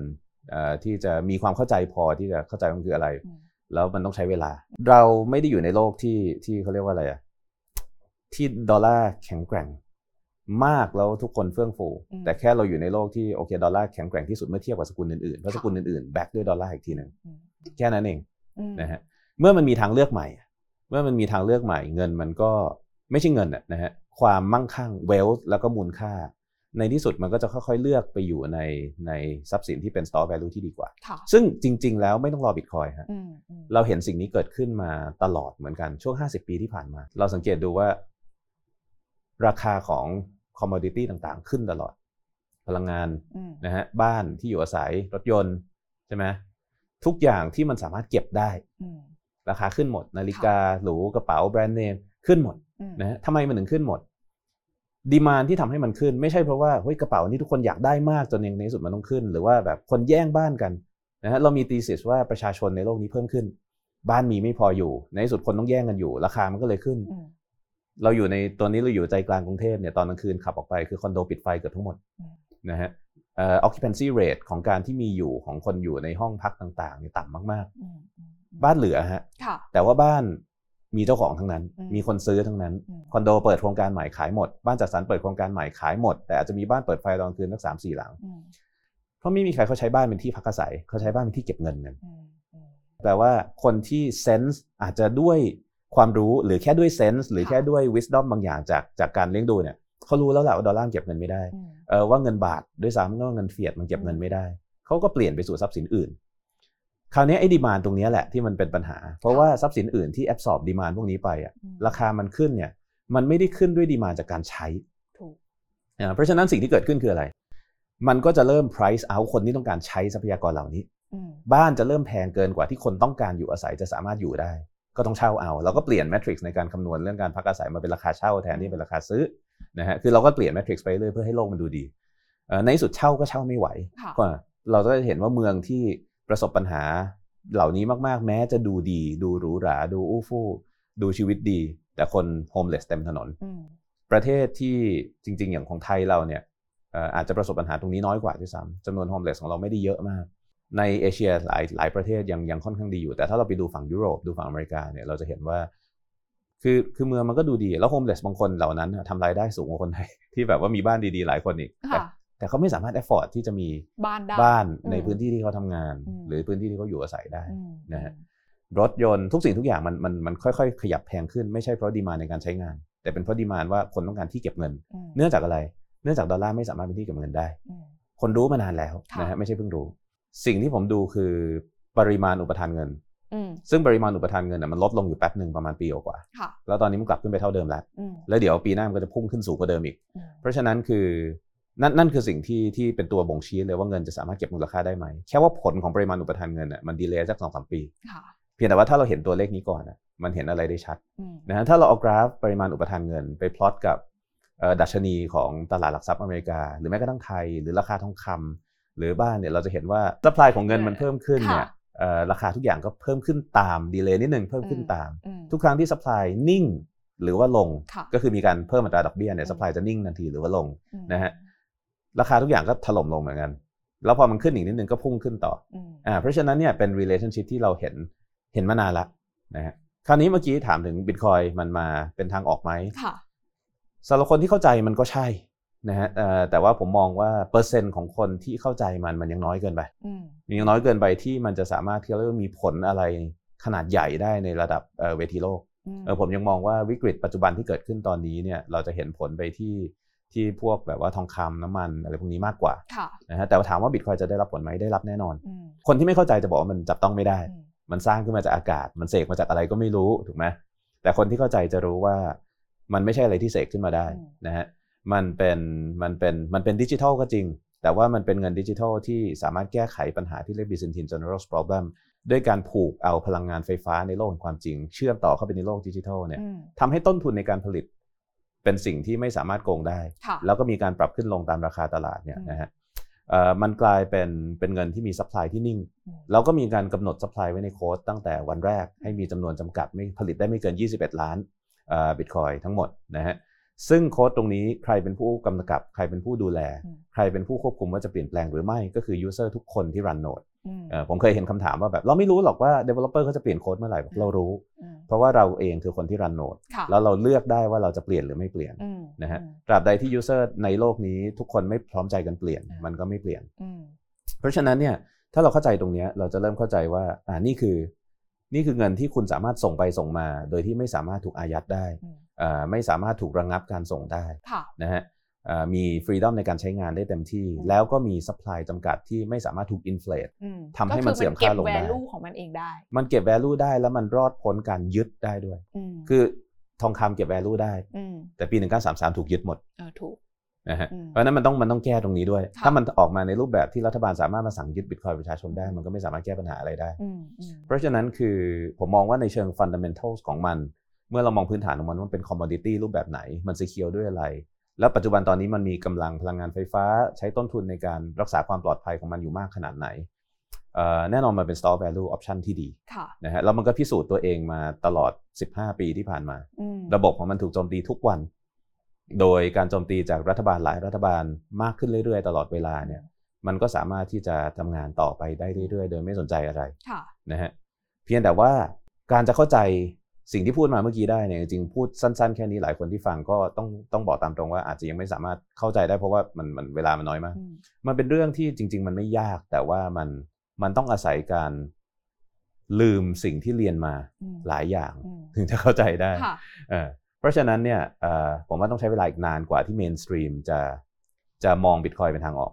1% ที่จะมีความเข้าใจพอที่จะเข้าใจมันคืออะไรแล้วมันต้องใช้เวลาเราไม่ได้อยู่ในโลกที่เขาเรียกว่าอะไรที่ดอลลาร์แข็งแกร่งมากแล้วทุกคนเฟื่องฟูแต่แค่เราอยู่ในโลกที่โอเคดอลลาร์แข็งแกร่งที่สุดเมื่อเทียบกับสกุลอื่นๆเพราะสกุลอื่นๆแบ็กด้วยดอลลาร์อีกทีนึงแค่นั้นเองนะฮะเมื่อมันมีทางเลือกใหม่เงินมันก็ไม่ใช่เงินนะฮะความมั่งคั่ง wealth แล้วก็มูลค่าในที่สุดมันก็จะค่อยๆเลือกไปอยู่ในทรัพย์สินที่เป็น store value ที่ดีกว่าซึ่งจริงๆแล้วไม่ต้องรอ Bitcoin ฮะเราเห็นสิ่งนี้เกิดขึ้นมาตลอดเหมือนกันช่วง50 ปีที่ผ่านมาเราสังเกตดูว่าราคาของ commodity ต่างๆขึ้นตลอดพลังงานนะฮะบ้านที่อยู่อาศัยรถยนต์ใช่ไหมทุกอย่างที่มันสามารถเก็บได้ราคาขึ้นหมดนาฬิกาหรูกระเป๋าแบรนด์เนมขึ้นหมดนะฮะทำไมมันถึงขึ้นหมดดีมานด์ที่ทำให้มันขึ้นไม่ใช่เพราะว่าเฮ้ยกระเป๋านี้ทุกคนอยากได้มากจนในที่สุดมันต้องขึ้นหรือว่าแบบคนแย่งบ้านกันนะฮะเรามี thesis ว่าประชาชนในโลกนี้เพิ่มขึ้นบ้านมีไม่พออยู่ในที่สุดคนต้องแย่งกันอยู่ราคามันก็เลยขึ้นเราอยู่ในตอนนี้เราอยู่ใจกลางกรุงเทพเนี่ยตอนกลางคืนขับออกไปคือคอนโดปิดไฟเกือบทั้งหมดนะฮะoccupancy rate ของการที่มีอยู่ของคนอยู่ในห้องพักต่างๆนี่ต่ำมากๆบ้านเหลือฮะแต่ว่าบ้านมีเจ้าของทั้งนั้นมีคนซื้อทั้งนั้นคอนโดเปิดโครงการใหม่ขายหมดบ้านจัดสรรเปิดโครงการใหม่ขายหมดแต่อาจจะมีบ้านเปิดไฟตอนกลางคืนสัก 3-4 หลังเพราะไม่มีใครเขาใช้บ้านเป็นที่พักอาศัยเขาใช้บ้านเป็นที่เก็บเงินกันแปลว่าคนที่เซนส์อาจจะด้วยความรู้หรือแค่ด้วยเซนส์หรือแค่ด้วย wisdom บางอย่างจากการเลี้ยงดูเนี่ยเขารู้แล้วแหละว่าดอลลาร์เก็บเงินไม่ได้ว่าเงินบาทด้วยซ้ำก็เงินเฟียตมันเก็บเงินไม่ได้เขาก็เปลี่ยนไปสู่ทรัพย์สินอื่นคราวนี้ไอ้ดีมานด์ตรงนี้แหละที่มันเป็นปัญหาเพราะว่าทรัพย์สินอื่นที่แอบซอร์บดีมานด์พวกนี้ไปราคามันขึ้นเนี่ยมันไม่ได้ขึ้นด้วยดีมานด์จากการใช้เพราะฉะนั้นสิ่งที่เกิดขึ้นคืออะไรมันก็จะเริ่ม price out คนที่ต้องการใช้ทรัพยากรเหล่านี้บ้านจะเริ่มแพงเกินกว่าที่คนต้องการอยู่อาศัยจะสามารถอยู่ได้ก็ต้องเช่าเอาเราก็เปลี่ยนแมทริกซ์ในการคำนวณเรื่องการพักอาศัยมาเป็นราคาเช่าแทนที่เป็นราคาซื้อนะฮะคือเราก็เปลี่ยนแมทริกซ์ไปเรื่อยเพื่อให้โลกมันดูดีในสุดเช่าก็เช่าไม่ไหวก็เราจะเห็นว่าเมืองที่ประสบปัญหาเหล่านี้มากๆแม้จะดูดีดูหรูหราดูอู้ฟู่ดูชีวิตดีแต่คนโฮมเลสเต็มถนนประเทศที่จริงๆอย่างของไทยเราเนี่ยอาจจะประสบปัญหาตรงนี้น้อยกว่าด้วยซ้ำจำนวนโฮมเลสของเราไม่ได้เยอะมากในเอเชียหลายประเทศยังค่อนข้างดีอยู่แต่ถ้าเราไปดูฝั่งยุโรปดูฝั่งอเมริกาเนี่ยเราจะเห็นว่าคือเมืองมันก็ดูดีแล้วโฮมเลสบางคนเหล่านั้นทำรายได้สูงกว่าคนไทยที่แบบว่ามีบ้านดีๆหลายคนอีกแต่เขาไม่สามารถ afford ที่จะมีบ้านในพื้นที่ที่เขาทำงานหรือพื้นที่ที่เขาอยู่อาศัยได้นะฮะรถยนต์ทุกสิ่งทุกอย่างมันค่อยๆขยับแพงขึ้นไม่ใช่เพราะดีมานด์ในการใช้งานแต่เป็นเพราะดีมานด์ว่าคนต้องการที่เก็บเงินเนื่องจากอะไรเนื่องจากดอลลาร์ไม่สามารถเป็นที่เก็บเงินได้คนรู้มานานแล้วนะฮะไม่ใช่เพิ่งรู้สิ่งที่ผมดูคือปริมาณอุปทานเงินซึ่งปริมาณอุปทานเงินมันลดลงอยู่แป๊บหนึ่งประมาณปีกว่าแล้วตอนนี้มันกลับขึ้นไปเท่าเดิมแล้วเดี๋ยวปีหน้ามันก็จะพุ่งขึ้นสูงกว่าเดิมอีกเพราะฉะนั้นคือนั่นคือสิ่งที่เป็นตัวบ่งชี้เลยว่าเงินจะสามารถเก็บมูลค่าได้ไหมแค่ว่าผลของปริมาณอุปทานเงินมันดีเลย์สัก 2-3 ปีเพียงแต่ว่าถ้าเราเห็นตัวเลขนี้ก่อนมันเห็นอะไรได้ชัดนะฮะถ้าเราเอากราฟปริมาณอุปทานเงินไปพลอตกับดัชนีของตลาดหลักทรัพย์อเมริกาหรือแม้กระทั่งไทยหรือราคาทองคำหรือบ้านเนี่ยเราจะเห็นว่าซัพพลายของเงินมันเพิ่มขึ้นเนี่ยราคาทุกอย่างก็เพิ่มขึ้นตามดีเลย์นิดนึงเพิ่มขึ้นตามทุกครั้งที่ซัพพลายนิ่งหรือว่าลงก็คือมีการเพิ่มอัตราดอกเบี้ยเนี่ยซัพพลายจะนิ่งทันทีหรือว่าลงนะฮะราคาทุกอย่างก็ถล่มลงเหมือนกันแล้วพอมันขึ้นอีกนิดนึงก็พุ่งขึ้นต่อเพราะฉะนั้นเนี่ยเป็น relationship ที่เราเห็นมานานละนะฮะคราวนี้เมื่อกี้ถามถึง Bitcoin มันมาเป็นทางออกไหมสำหรับคนที่เข้าใจมันก็ใช่นะฮะแต่ว่าผมมองว่าเปอร์เซ็นต์ของคนที่เข้าใจมันยังน้อยเกินไปยังน้อยเกินไปที่มันจะสามารถที่จะมีผลอะไรขนาดใหญ่ได้ในระดับเวทีโลกผมยังมองว่าวิกฤตปัจจุบันที่เกิดขึ้นตอนนี้เนี่ยเราจะเห็นผลไปที่พวกแบบว่าทองคำน้ำมันอะไรพวกนี้มากกว่านะฮะแต่ถามว่า Bitcoin จะได้รับผลไหมได้รับแน่นอนคนที่ไม่เข้าใจจะบอกว่ามันจับต้องไม่ได้มันสร้างขึ้นมาจากอากาศมันเสกมาจากอะไรก็ไม่รู้ถูกไหมแต่คนที่เข้าใจจะรู้ว่ามันไม่ใช่อะไรที่เสกขึ้นมาได้นะฮะมันเป็นดิจิทัลก็จริงแต่ว่ามันเป็นเงินดิจิทัลที่สามารถแก้ไขปัญหาที่เรียก Byzantine General Problem ด้วยการผูกเอาพลังงานไฟฟ้าในโลกแห่งความจริงเชื่อมต่อเข้าไปในโลกดิจิทัลเนี่ยทำให้ต้นทุนในการผลิตเป็นสิ่งที่ไม่สามารถโกงได้แล้วก็มีการปรับขึ้นลงตามราคาตลาดเนี่ยนะฮะมันกลายเป็นเงินที่มีซัพพลายที่นิ่งแล้วก็มีการกำหนดซัพพลายไว้ในโค้ดตั้งแต่วันแรกให้มีจำนวนจำกัดไม่ผลิตได้ไม่เกิน21 ล้านBitcoin ทั้งหมดนะฮะซึ่งโค้ดตรงนี้ใครเป็นผู้กำกับใครเป็นผู้ดูแลใครเป็นผู้ควบคุมว่าจะเปลี่ยนแปลงหรือไม่ก็คือ user ทุกคนที่ run node ผมเคยเห็นคำถามว่าแบบเราไม่รู้หรอกว่า developer เขาจะเปลี่ยนโค้ดเมื่อไหร่เรารู้เพราะว่าเราเองคือคนที่ run node แล้วเราเลือกได้ว่าเราจะเปลี่ยนหรือไม่เปลี่ยนนะฮะตราบใดที่ user ในโลกนี้ทุกคนไม่พร้อมใจกันเปลี่ยนมันก็ไม่เปลี่ยนเพราะฉะนั้นเนี่ยถ้าเราเข้าใจตรงนี้เราจะเริ่มเข้าใจว่านี่คือเงินที่คุณสามารถส่งไปส่งมาโดยที่ไม่สามารถถูกอายัดได้ไม่สามารถถูกระงับการส่งได้นะฮะมีฟรีดอมในการใช้งานได้เต็มที่แล้วก็มีซัพพลายจำกัดที่ไม่สามารถถูกอินเฟลตทำให้มันเสื่อมค่าลงได้ value ของมันเองได้มันเก็บ value ได้แล้วมันรอดพ้นการยึดได้ด้วยคือทองคำเก็บ value ได้แต่ปี1933ถูกยึดหมดถูกนะฮะเพราะนั้นมันต้องแก้ตรงนี้ด้วยถ้ามันออกมาในรูปแบบที่รัฐบาลสามารถมาสั่งยึดบิตคอยน์ประชาชนได้มันก็ไม่สามารถแก้ปัญหาอะไรได้เพราะฉะนั้นคือผมมองว่าในเชิง fundamentals ของมันเมื่อเรามองพื้นฐานของมันว่าเป็น commodity รูปแบบไหนมัน secure ด้วยอะไรแล้วปัจจุบันตอนนี้มันมีกำลังพลังงานไฟฟ้าใช้ต้นทุนในการรักษาความปลอดภัยของมันอยู่มากขนาดไหนแน่นอนมันเป็น store value option ที่ดีนะฮะแล้วมันก็พิสูจน์ตัวเองมาตลอด15 ปีที่ผ่านมาระบบของมันถูกโจมตีทุกวันโดยการโจมตีจากรัฐบาลหลายรัฐบาลมากขึ้นเรื่อยๆตลอดเวลาเนี่ยมันก็สามารถที่จะทำงานต่อไปได้เรื่อยๆโดยไม่สนใจอะไรนะฮะเพียงแต่ว่าการจะเข้าใจสิ่งที่พูดมาเมื่อกี้ได้เนี่ยจริงๆพูดสั้นๆแค่นี้หลายคนที่ฟังก็ต้องบอกตามตรงว่าอาจจะยังไม่สามารถเข้าใจได้เพราะว่ามันเวลามันน้อยมากมันเป็นเรื่องที่จริงๆมันไม่ยากแต่ว่ามันต้องอาศัยการลืมสิ่งที่เรียนมาหลายอย่างถึงจะเข้าใจได้เพราะฉะนั้นเนี่ยผมว่าต้องใช้เวลาอีกนานกว่าที่เมนสตรีมจะมอง Bitcoin เป็นทางออก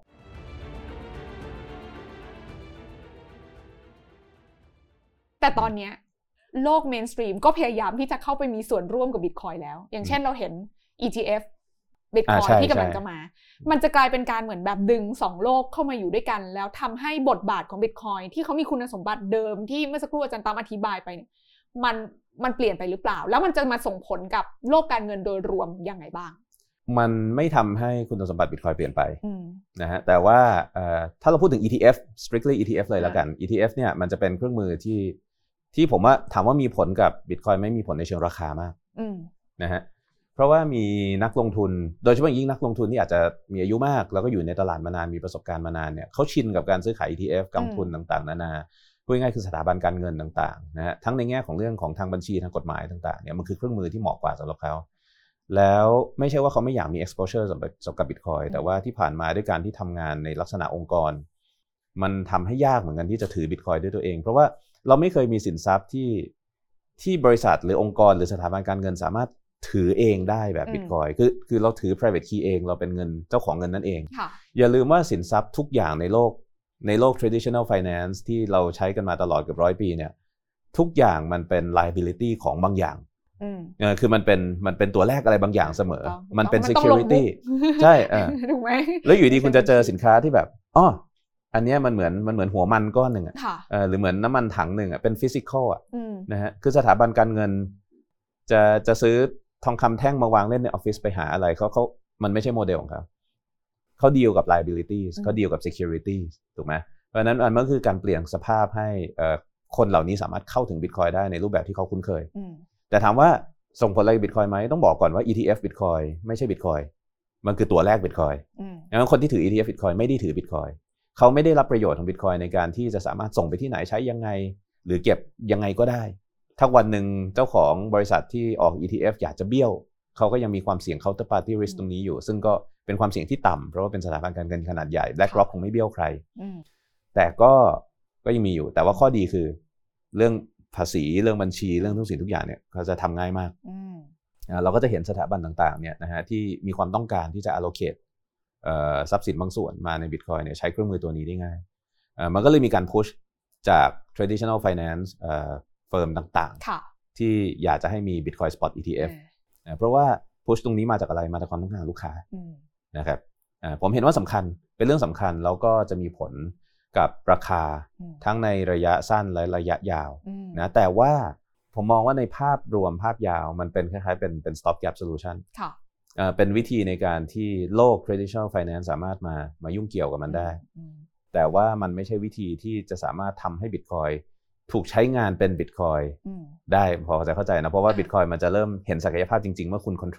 แต่ตอนนี้โลกเมนสตรีมก็พยายามที่จะเข้าไปมีส่วนร่วมกับ Bitcoin แล้วอย่างเช่นเราเห็น ETF Bitcoin ที่กำลังจะมามันจะกลายเป็นการเหมือนแบบดึง2โลกเข้ามาอยู่ด้วยกันแล้วทำให้บทบาทของ Bitcoin ที่เขามีคุณสมบัติเดิมที่เมื่อสักครู่อาจารย์ตามอธิบายไปเนี่ยมันเปลี่ยนไปหรือเปล่าแล้วมันจะมาส่งผลกับโลกการเงินโดยรวมยังไงบ้างมันไม่ทำให้คุณสมบัติ Bitcoin เปลี่ยนไปนะฮะแต่ว่าถ้าเราพูดถึง ETF strictly ETF เลยแล้วกัน ETF เนี่ยมันจะเป็นเครื่องมือที่ผมว่าถามว่ามีผลกับ Bitcoin ไม่มีผลในเชิงราคามากนะฮะเพราะว่ามีนักลงทุนโดยเฉพาะยิ่งนักลงทุนที่อาจจะมีอายุมากแล้วก็อยู่ในตลาดมานานมีประสบการณ์มานานเนี่ยเขาชินกับการซื้อขาย ETF กองทุนต่างๆนานาพูดง่ายๆคือสถาบันการเงินต่างๆนะฮะทั้งในแง่ของเรื่องของทางบัญชีทางกฎหมายต่างๆเนี่ยมันคือเครื่องมือที่เหมาะกว่าสำหรับเขาแล้วไม่ใช่ว่าเขาไม่อยากมี exposure สำหรับ Bitcoin แต่ว่าที่ผ่านมาด้วยการที่ทำงานในลักษณะองค์กรมันทำให้ยากเหมือนกันที่จะถือ Bitcoin ด้วยตัวเองเพราะว่าเราไม่เคยมีสินทรัพย์ที่บริษัทหรือองค์กรหรือสถาบันการเงินสามารถถือเองได้แบบ Bitcoin คือเราถือ private key เองเราเป็นเงินเจ้าของเงินนั่นเองอย่าลืมว่าสินทรัพย์ทุกอย่างในโลก traditional finance ที่เราใช้กันมาตลอดเกือบ100 ปีเนี่ยทุกอย่างมันเป็น liability ของบางอย่างคือมันเป็นตัวแรกอะไรบางอย่างเสมอมันเป็น security ใช่ถูกไหมแล้วอยู่ดีคุณจะเจอสินค้าที่แบบอันนี้มันเหมือนหัวมันก้อนหนึ่งหรือเหมือนน้ำมันถังหนึ่งเป็น physical นะฮะคือสถาบันการเงินจะซื้อทองคำแท่งมาวางเล่นในออฟฟิศไปหาอะไรเขามันไม่ใช่โมเดลของเขาดีลกับ liabilities เขาดีลกับ security ถูกไหมเพราะฉะนั้นมันก็คือการเปลี่ยนสภาพให้คนเหล่านี้สามารถเข้าถึง Bitcoin ได้ในรูปแบบที่เขาคุ้นเคยแต่ถามว่าส่งผลอะไรกับ Bitcoin ไหมต้องบอกก่อนว่า ETF Bitcoin ไม่ใช่ Bitcoin มันคือตัวแรก Bitcoin ดังนั้นคนที่ถือ ETF Bitcoin ไม่ได้ถือ Bitcoin เขาไม่ได้รับประโยชน์ของ Bitcoin ในการที่จะสามารถส่งไปที่ไหนใช้ยังไงหรือเก็บยังไงก็ได้ถ้าวันหนึ่งเจ้าของบริษัทที่ออก ETF อยากจะเบี้ยวเขาก็ยังมีความเสี่ยง counterparty risk ตรงนี้อยู่ซึ่งก็เป็นความเสี่ยงที่ต่ำเพราะว่าเป็นสถาบันการเงินขนาดใหญ่ BlackRock คงไม่เบี้ยวใครแต่ก็ยังมีอยู่แต่ว่าข้อดีคือเรื่องภาษีเรื่องบัญชีเรื่องทุกสิ่งทุกอย่างเนี่ยเขาจะทำง่ายมากเราก็จะเห็นสถาบันต่างๆเนี่ยนะฮะที่มีความต้องการที่จะ allocate ทรัพย์สินบางส่วนมาใน Bitcoin เนี่ยใช้เครื่องมือตัวนี้ได้ง่ายมันก็เลยมีการ push จาก traditional financeเฟิร์มต่างๆที่อยากจะให้มี Bitcoin Spot ETF เพราะว่า push ตรงนี้มาจากอะไรมาจากความต้องการลูกค้านะครับผมเห็นว่าสำคัญเป็นเรื่องสำคัญแล้วก็จะมีผลกับราคาทั้งในระยะสั้นและระยะยาวนะแต่ว่าผมมองว่าในภาพรวมภาพยาวมันเป็นคล้ายๆเป็น stop gap solution เป็นวิธีในการที่โลก traditional finance สามารถมายุ่งเกี่ยวกับมันได้แต่ว่ามันไม่ใช่วิธีที่จะสามารถทำให้ Bitcoin ถูกใช้งานเป็น Bitcoin ได้พอจะเข้าใจนะเพราะว่า Bitcoin มันจะเริ่มเห็นศักยภาพจริงๆเมื่อคุณ control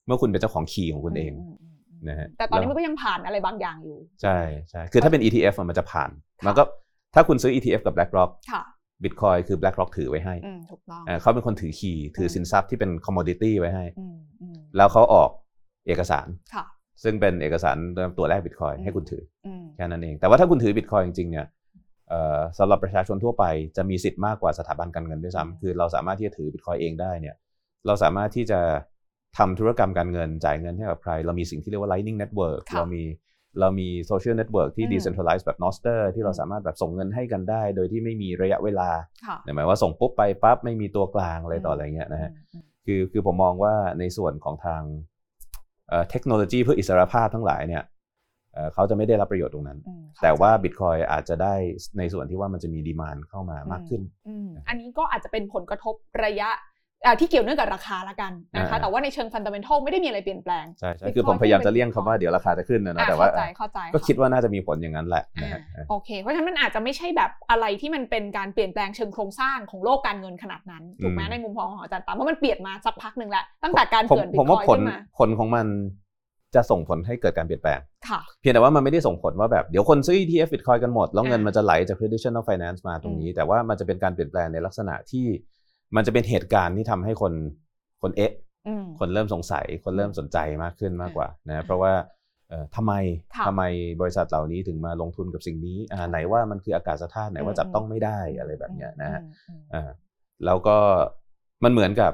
เมื่อคุณเป็นเจ้าของคีย์ของคุณเองนะฮะแต่ตอนนี้มันก็ยังผ่านอะไรบางอย่างอยู่ใช่ใช่คือถ้าเป็น ETF มันจะผ่านมันก็ถ้าคุณซื้อ ETF กับ BlackRock Bitcoin คือ BlackRock ถือไว้ให้ถูกต้องเขาเป็นคนถือคีย์ถือสินทรัพย์ที่เป็น commodity ไว้ให้แล้วเขาออกเอกสารซึ่งเป็นเอกสารตัวแรก Bitcoin ให้คุณถือแค่นั้นเองแต่ว่าถ้าคุณถือ Bitcoin จริงๆเนี่ยสำหรับประชาชนทั่วไปจะมีสิทธิ์มากกว่าสถาบันการเงินด้วยซ้ำคือเราสามารถที่จะถือ Bitcoin เองได้เนี่ยเราสามารถที่จะทำธุรกรรมการเงินจ่ายเงินให้กับใครเรามีสิ่งที่เรียกว่า Lightning Network เรามี Social Network ที่ Decentralized แบบ Nostr ที่เราสามารถแบบส่งเงินให้กันได้โดยที่ไม่มีระยะเวลาหมายว่าส่งปุ๊บไปปั๊บไม่มีตัวกลางอะไรต่ออะไรเงี้ยนะฮะคือผมมองว่าในส่วนของทางเทคโนโลยีเพื่ออิสรภาพทั้งหลายเนี่ยเขาจะไม่ได้รับประโยชน์ตรงนั้นแต่ว่า Bitcoin อาจจะได้ในส่วนที่ว่ามันจะมีดีมานด์เข้ามามากขึ้นอันนี้ก็อาจจะเป็นผลกระทบระยะที่เกี่ยวเนื่องกับราคาละกันนะคะแต่ว่าในเชิงฟันดัมเมนทัลไม่ได้มีอะไรเปลี่ยนแปลงใช่คือผมพยายามจะเลี่ยงคำว่าเดี๋ยวราคาจะขึ้นนะแต่ว่าก็คิดว่าน่าจะมีผลอย่างนั้นแหละโอเคเพราะฉะนั้นมันอาจจะไม่ใช่แบบอะไรที่มันเป็นการเปลี่ยนแปลงเชิงโครงสร้างของโลกการเงินขนาดนั้นถูกไหมในมุมมองของอาจารย์ปั๊มเพราะมันเปลี่ยนมาสักพักนึงแล้วตั้งแต่การเกิด Bitcoin ผมว่าผลของมันจะส่งผลให้เกิดการเปลี่ยนแปลงเพียงแต่ว่ามันไม่ได้ส่งผลว่าแบบเดี๋ยวคนซื้อ ETF Bitcoin กันหมดแล้วเงินมันจะไหลจาก traditional finance มาตรงนี้แต่ว่ามันจะเป็นการเปลี่ยนแปลงในลักษณะที่มันจะเป็นเหตุการณ์ที่ทำให้คนคนเริ่มสงสัยคนเริ่มสนใจมากขึ้นมากกว่านะเพราะว่าทำไมบริษัทเหล่านี้ถึงมาลงทุนกับสิ่งนี้ไหนว่ามันคืออากาศธาตุไหนว่าจับต้องไม่ได้อะไรแบบนี้นะฮะแล้วก็มันเหมือนกับ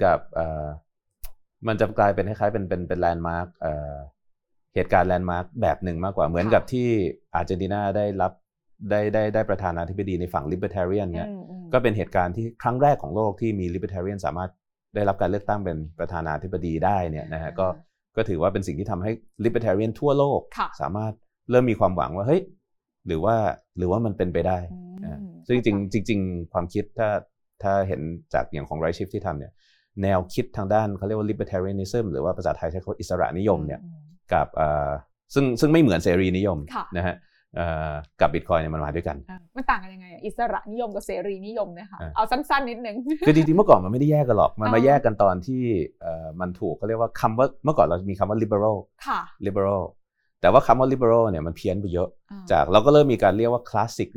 มันจะกลายเป็นคล้ายๆเป็นแลนด์มาร์คเหตุการณ์แลนด์มาร์คแบบหนึ่งมากกว่าเหมือนกับที่อาร์เจนตินาได้ประธานาธิบดีในฝั่ง Libertarian เนี่ยก็เป็นเหตุการณ์ที่ครั้งแรกของโลกที่มี Libertarian สามารถได้รับการเลือกตั้งเป็นประธานาธิบดีได้เนี่ยนะฮะก็ถือว่าเป็นสิ่งที่ทำให้ Libertarian ทั่วโลกสามารถเริ่มมีความหวังว่าเฮ้ยหรือว่ามันเป็นไปได้ซึ่งจริงความคิดถ้าเห็นจากอย่างของ Right Shift ที่ทำเนี่ยแนวคิดทางด้านเขาเรียกว่า libertarianism หรือว่าภาษาไทยใช้คำว่าอิสระนิยมเนี่ยกับซึ่งไม่เหมือนเสรีนิยมนะฮะกับ Bitcoin เนี่ยมันมาด้วยกันมันต่างกันยังไงอิสระนิยมกับเสรีนิยมเนี่ยค่ะเอาสั้นๆนิดนึงคือจริงๆเมื่อก่อนมันไม่ได้แยกกันหรอกมันมาแยกกันตอนที่มันถูกเขาเรียกว่าคำว่าเมื่อก่อนเรามีคำว่า liberal แต่ว่าคำว่า liberal เนี่ยมันเพี้ยนไปเยอะจากเราก็เริ่มมีการเรียกว่า classic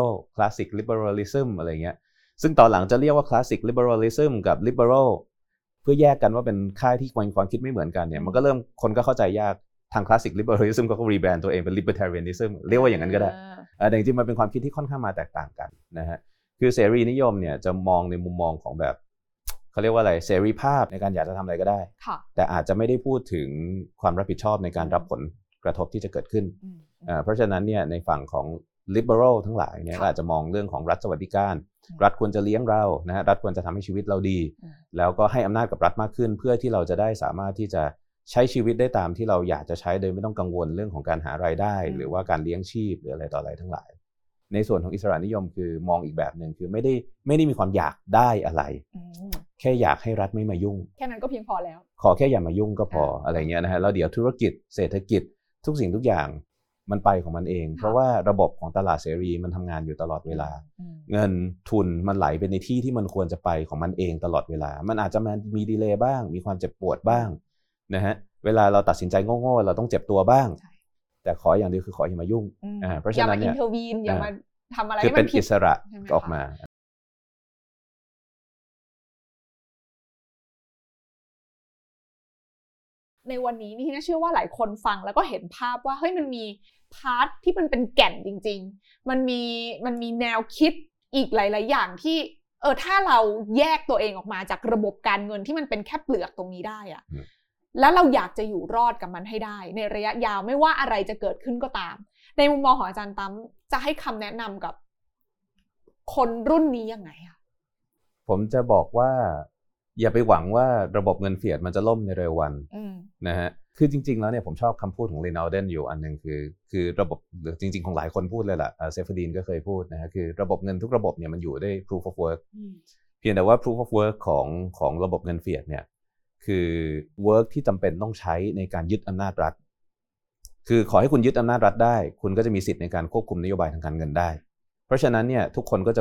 liberalism อะไรเงี้ยซึ่งตอนหลังจะเรียกว่า classic liberalism กับ liberal เพื่อแยกกันว่าเป็นค่ายที่ความคิดไม่เหมือนกันเนี่ยมันก็เริ่มคนก็เข้าใจยากทาง classic liberalism ก็รีแบรนด์ตัวเองเป็น libertarianism เรียกว่าอย่างนั้นก็ได้แต่จริงๆมันเป็นความคิดที่ค่อนข้างมาแตกต่างกันนะฮะคือเสรีนิยมเนี่ยจะมองในมุมมองของแบบเขาเรียกว่าอะไรเสรีภาพในการอยากจะทำอะไรก็ได้แต่อาจจะไม่ได้พูดถึงความรับผิดชอบในการรับผลกระทบที่จะเกิดขึ้นเพราะฉะนั้นเนี่ยในฝั่งของ liberal ทั้งหลายเนี่ยอาจจะมองเรื่องของรัฐสวัสดิการรัฐควรจะเลี้ยงเรานะฮะรัฐควรจะทำให้ชีวิตเราดีแล้วก็ให้อำนาจกับรัฐมากขึ้นเพื่อที่เราจะได้สามารถที่จะใช้ชีวิตได้ตามที่เราอยากจะใช้โดยไม่ต้องกังวลเรื่องของการหารายได้หรือว่าการเลี้ยงชีพหรืออะไรต่ออะไรทั้งหลายในส่วนของอิสระนิยมคือมองอีกแบบนึงคือไม่ได้มีความอยากได้อะไรแค่อยากให้รัฐไม่มายุ่งแค่นั้นก็เพียงพอแล้วขอแค่อย่ามายุ่งก็พออะไรเงี้ยนะฮะแล้วเดี๋ยวธุรกิจเศรษฐกิจทุกสิ่งทุกอย่างมันไปของมันเองเพราะว่าระบบของตลาดเสรีมันทำงานอยู่ตลอดเวลาเงินทุนมันไหลไปในที่ที่มันควรจะไปของมันเองตลอดเวลามันอาจจะมีดีเลย์บ้างมีความเจ็บปวดบ้างนะฮะเวลาเราตัดสินใจโง่ๆเราต้องเจ็บตัวบ้างแต่ขออย่างเดียวคือขออย่ามายุ่งเพราะฉะนั้นเนี่ยอย่ามาอินเทอร์วีนอย่ามาทำอะไรคือเป็นอิสระออกมาในวันนี้นี่น่าเชื่อว่าหลายคนฟังแล้วก็เห็นภาพว่าเฮ้ยมันมีพาร์ทที่มันเป็นแก่นจริงๆมันมีแนวคิดอีกหลายๆอย่างที่ถ้าเราแยกตัวเองออกมาจากระบบการเงินที่มันเป็นแค่เปลือกตรงนี้ได้อะแล้วเราอยากจะอยู่รอดกับมันให้ได้ในระยะยาวไม่ว่าอะไรจะเกิดขึ้นก็ตามในมุมมองของอาจารย์ตั้มจะให้คำแนะนำกับคนรุ่นนี้ยังไงคะผมจะบอกว่าอย่าไปหวังว่าระบบเงินเฟียดมันจะล่มในเร็ววันนะฮะคือจริงๆแล้วเนี่ยผมชอบคำพูดของลีนาลเดนอยู่อันนึงคือระบบจริงๆของหลายคนพูดเลยล่ะเซฟดีนก็เคยพูดนะฮะคือระบบเงินทุกระบบเนี่ยมันอยู่ด้วย proof of work เพียงแต่ว่า proof of work ของระบบเงินเฟียดเนี่ยคือ work ที่จำเป็นต้องใช้ในการยึดอำนาจรัฐคือขอให้คุณยึดอำนาจรัฐได้คุณก็จะมีสิทธิ์ในการควบคุมนโยบายทางการเงินได้เพราะฉะนั้นเนี่ยทุกคนก็จะ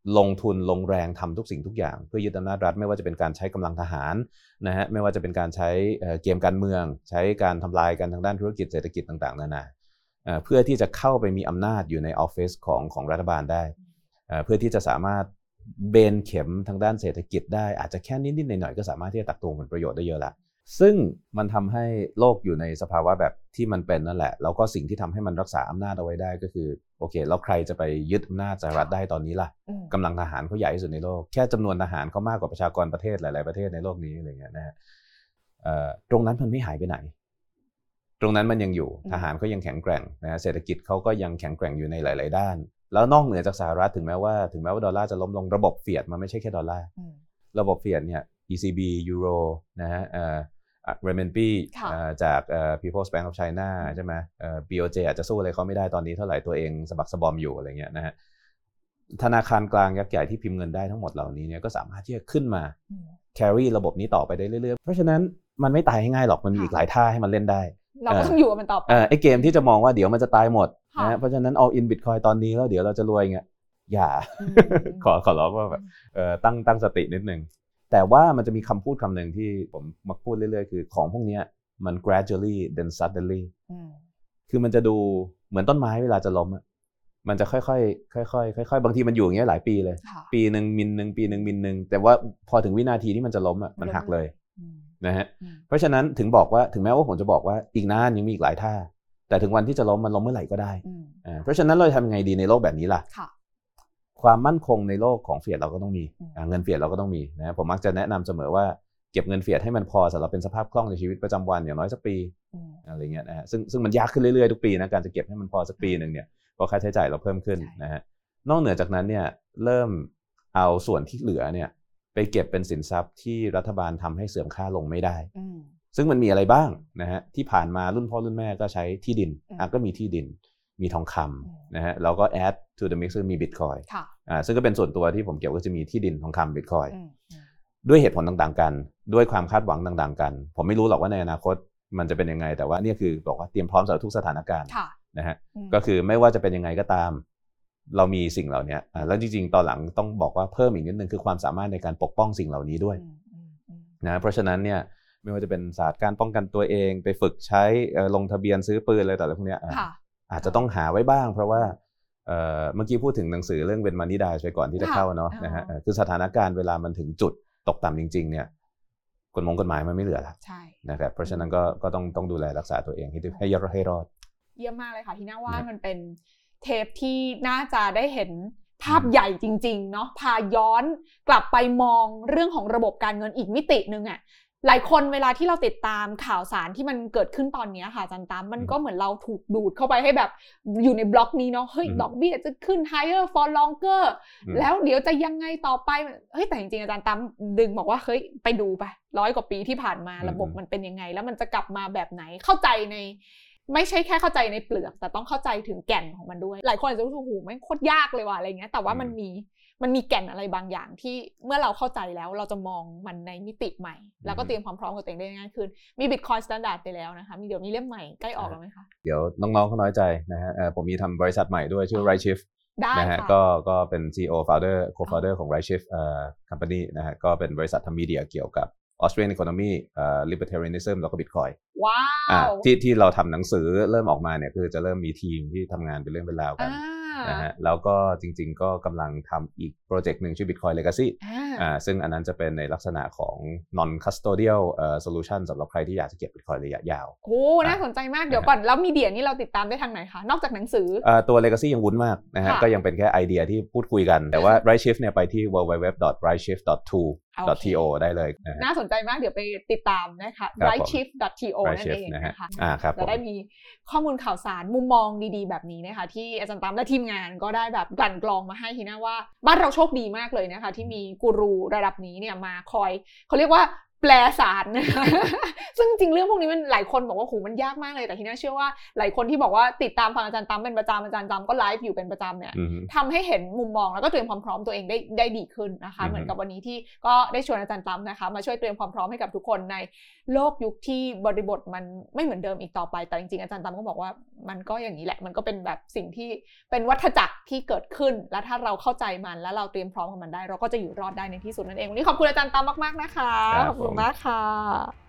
ลงทุนลงแรงทำทุกสิ่งทุกอย่างเพื่อยึดอำนาจรัฐไม่ว่าจะเป็นการใช้กำลังทหารนะฮะไม่ว่าจะเป็นการใช้เกมการเมืองใช้การทำลายกันทางด้านธุรกิจเศรษฐกิจต่างๆนานาเพื่อที่จะเข้าไปมีอำนาจอยู่ในออฟฟิศของรัฐบาลได้เพื่อที่จะสามารถเบนเข็มทางด้านเศรษฐกิจได้อาจจะแค่นิดๆหน่อยๆก็สามารถที่จะตักตวงผลประโยชน์ได้เยอะละซึ่งมันทำให้โลกอยู่ในสภาวะแบบที่มันเป็นนั่นแหละแล้วก็สิ่งที่ทำให้มันรักษาอำนาจเอาไว้ได้ก็คือโอเคแล้วใครจะไปยึดอำนาจสหรัฐได้ตอนนี้ล่ะกำลังทหารเขาใหญ่ที่สุดในโลกแค่จำนวนทหารเขามากกว่าประชากรประเทศหลายๆประเทศในโลกนี้อะไรเงี้ยนะฮะตรงนั้นมันไม่หายไปไหนตรงนั้นมันยังอยู่ทหารเขายังแข็งแกร่งนะฮะเศรษฐกิจเขาก็ยังแข็งแกร่งอยู่ในหลายๆด้านแล้วนอกเหนือจากสหรัฐถึงแม้ว่าดอลลาร์จะล้มลงระบบเฟียดมันไม่ใช่แค่ดอลลาร์ระบบเฟียดเนี่ย ECB ยูโรนะฮะเรมินปีจาก People's Bank of China ใช่ไหมBOJ อาจจะสู้อะไรเขาไม่ได้ตอนนี้เท่าไหร่ตัวเองสะบักสะบอมอยู่อะไรเงี้ยนะฮะธนาคารกลางยักษ์ใหญ่ที่พิมพ์เงินได้ทั้งหมดเหล่านี้เนี่ยก็สามารถที่จะขึ้นมา carry ระบบนี้ต่อไปได้เรื่อยๆเพราะฉะนั้นมันไม่ตายง่ายหรอกมันมีอีกหลายท่าให้มันเล่นได้เราก็ต้องอยู่กับมันต่อไปไอ้เกมที่จะมองว่าเดี๋ยวมันจะตายหมดนะเพราะฉะนั้น all in Bitcoin ตอนนี้แล้วเดี๋ยวเราจะรวยเงี้ยอย่า ขอร้องว่าแบบตั้งสตินิดนึงแต่ว่ามันจะมีคำพูดคำหนึ่งที่ผมมักพูดเรื่อยๆคือของพวกนี้มัน gradually then suddenly คือมันจะดูเหมือนต้นไม้เวลาจะล้มมันจะค่อยๆบางทีมันอยู่อย่างเงี้ยหลายปีเลยปีนึงมิลนึงปีนึงมิลนึงแต่ว่าพอถึงวินาทีที่มันจะล้มมันหักเลยนะฮะเพราะฉะนั้นถึงบอกว่าถึงแม้ว่าผมจะบอกว่าอีกนานยังมีอีกหลายท่าแต่ถึงวันที่จะล้มมันล้มเมื่อไหร่ก็ได้เพราะฉะนั้นเราทำยังไงดีในโลกแบบนี้ล่ะความมั่นคงในโลกของเฟียดเราก็ต้องมีเงินเฟียดเราก็ต้องมีนะผมมักจะแนะนำเสมอว่าเก็บเงินเฟียดให้มันพอสำหรับเป็นสภาพคล่องในชีวิตประจำวันอย่างน้อยสักปีอะไรเงี้ยนะฮะซึ่งมันยากขึ้นเรื่อยๆทุกปีนะการจะเก็บให้มันพอสักปีนึงเนี่ยก็ค่าใช้จ่ายเราเพิ่มขึ้นนะฮะนอกเหนือจากนั้นเนี่ยเริ่มเอาส่วนที่เหลือเนี่ยไปเก็บเป็นสินทรัพย์ที่รัฐบาลทำให้เสื่อมค่าลงไม่ได้ซึ่งมันมีอะไรบ้างนะฮะที่ผ่านมารุ่นพ่อรุ่นแม่ก็ใช้ที่ดินก็มีที่ดินมีทองคำนะฮะแล้วก็ add to the mix มี Bitcoin ซึ่งก็เป็นส่วนตัวที่ผมเกี่ยวก็จะมีที่ดินทองคำ Bitcoin ด้วยเหตุผลต่างๆกันด้วยความคาดหวังต่างๆกันผมไม่รู้หรอกว่าในอนาคตมันจะเป็นยังไงแต่ว่านี่คือบอกว่าเตรียมพร้อมสำหรับทุกสถานการณ์นะฮะก็คือไม่ว่าจะเป็นยังไงก็ตามเรามีสิ่งเหล่านี้แล้วจริงๆตอนหลังต้องบอกว่าเพิ่มอีกนิดนึงคือความสามารถในการปกป้องสิ่งเหล่านี้ด้วยนะเพราะฉะนั้นเนี่ยไม่ว่าจะเป็นศาสตร์การป้องกันตัวเองไปฝึกใช้ลงทะเบียนซื้อปืนอะไรต่างๆพวกนี้อาจจะต้องหาไว้บ้างเพราะว่าเมื่อกี้พูดถึงหนังสือเรื่อง When Money Dies ไปก่อนที่จะเข้าเนาะนะฮะคือสถานการณ์เวลามันถึงจุดตกต่ำจริงๆเนี่ยกฎหมายมันไม่เหลือแล้วนะครับเพราะฉะนั้นก็ต้องดูแลรักษาตัวเองให้รอดเยี่ยมมากเลยค่ะที่น่าว่ามันเป็นเทปที่น่าจะได้เห็นภาพใหญ่จริงๆเนาะพาย้อนกลับไปมองเรื่องของระบบการเงินอีกมิตินึงหลายคนเวลาที่เราติดตามข่าวสารที่มันเกิดขึ้นตอนนี้ค่ะอาจารย์ตั้มมันก็เหมือนเราถูกดูดเข้าไปให้แบบอยู่ในบล็อกนี้เนาะเฮ้ยดอกเบี้ยจะขึ้น higher for longer แล้วเดี๋ยวจะยังไงต่อไปเฮ้ยแต่จริงๆอาจารย์ตั้มดึงบอกว่าเฮ้ยไปดูไป100 กว่าปีที่ผ่านมาระบบมันเป็นยังไงแล้วมันจะกลับมาแบบไหนเข้าใจในไม่ใช่แค่เข้าใจในเปลือกแต่ต้องเข้าใจถึงแก่นของมันด้วยหลายคนอาจจะรู้สึกโหแม่งโคตรยากเลยว่ะอะไรเงี้ยแต่ว่ามันมีแก่นอะไรบางอย่างที่เมื่อเราเข้าใจแล้วเราจะมองมันในมิติใหม่แล้วก็เตรียมความพร้อมกับตัวเองได้ง่ายขึ้นมี Bitcoin Standard ไปแล้วนะคะเดี๋ยวมีเล่มใหม่ใกล้ออกแล้วไหมคะเดี๋ยวน้องๆเขาน้อยใจนะฮะผมมีทำบริษัทใหม่ด้วยชื่อ Rightshift นะฮะก็เป็น CEO founder co-founder ของ Rightshift company นะฮะก็เป็นบริษัททำมีเดียเกี่ยวกับ Australian economy libertarianism แล้วก็ Bitcoin ว้าวที่เราทำหนังสือเริ่มออกมาเนี่ยคือจะเริ่มมีทีมที่ทำงานเป็นเรื่องเป็นราวกันนะฮะแล้วก็จริงๆก็กำลังทำอีกโปรเจกต์หนึ่งชื่อ Bitcoin Legacy ซึ่งอันนั้นจะเป็นในลักษณะของ non custodial solution สำหรับใครที่อยากจะเก็บ Bitcoin ระยะยาวโอ้น่าสนใจมากเดี๋ยวก่อนแล้วมีเดียนี่เราติดตามได้ทางไหนคะนอกจากหนังสือตัว Legacy ยังวุ้นมากนะฮะก็ยังเป็นแค่ไอเดียที่พูดคุยกันแต่ว่า Rightshift เนี่ยไปที่ www.rightshift.to ได้เลยน่าสนใจมากเดี๋ยวไปติดตามนะคะ rightshift.to นั่นเองนะคะจะได้มีข้อมูลข่าวสารมุมมองดีๆแบบนี้นะคะที่อาจารย์ตั้มและทีมงานก็ได้แบบกลั่นกรองมาให้ทีน่าว่าบ้านเราโชคดีมากเลยนะคะที่มีกูรูระดับนี้เนี่ยมาคอยเขาเรียกว่าแปลสารนะคะซึ่งจริงเรื่องพวกนี้มันหลายคนบอกว่าโหมันยากมากเลยแต่ทีนี้เชื่อว่าหลายคนที่บอกว่าติดตามฟังอาจารย์ตั้มเป็นประจำอาจารย์ตั้มก็ไลฟ์อยู่เป็นประจำเนี่ยทำให้เห็นมุมมองแล้วก็เตรียมความพร้อมตัวเองได้ดีขึ้นนะคะเหมือนกับวันนี้ที่ก็ได้ชวนอาจารย์ตั้มนะคะมาช่วยเตรียมความพร้อมให้กับทุกคนในโลกยุคที่บริบทมันไม่เหมือนเดิมอีกต่อไปแต่จริงๆอาจารย์ตั้มก็บอกว่ามันก็อย่างนี้แหละมันก็เป็นแบบสิ่งที่เป็นวัฏจักรที่เกิดขึ้นและถ้าเราเข้าใจมันแล้วเราเตรียมพร้อมกับมันได้เราก็จะอยู่รอดได้ในที่สุดนั่นเองวันนี้ขอบคุณอาจารย์ตั้มมากๆนะคะขอบคุณมากค่ะ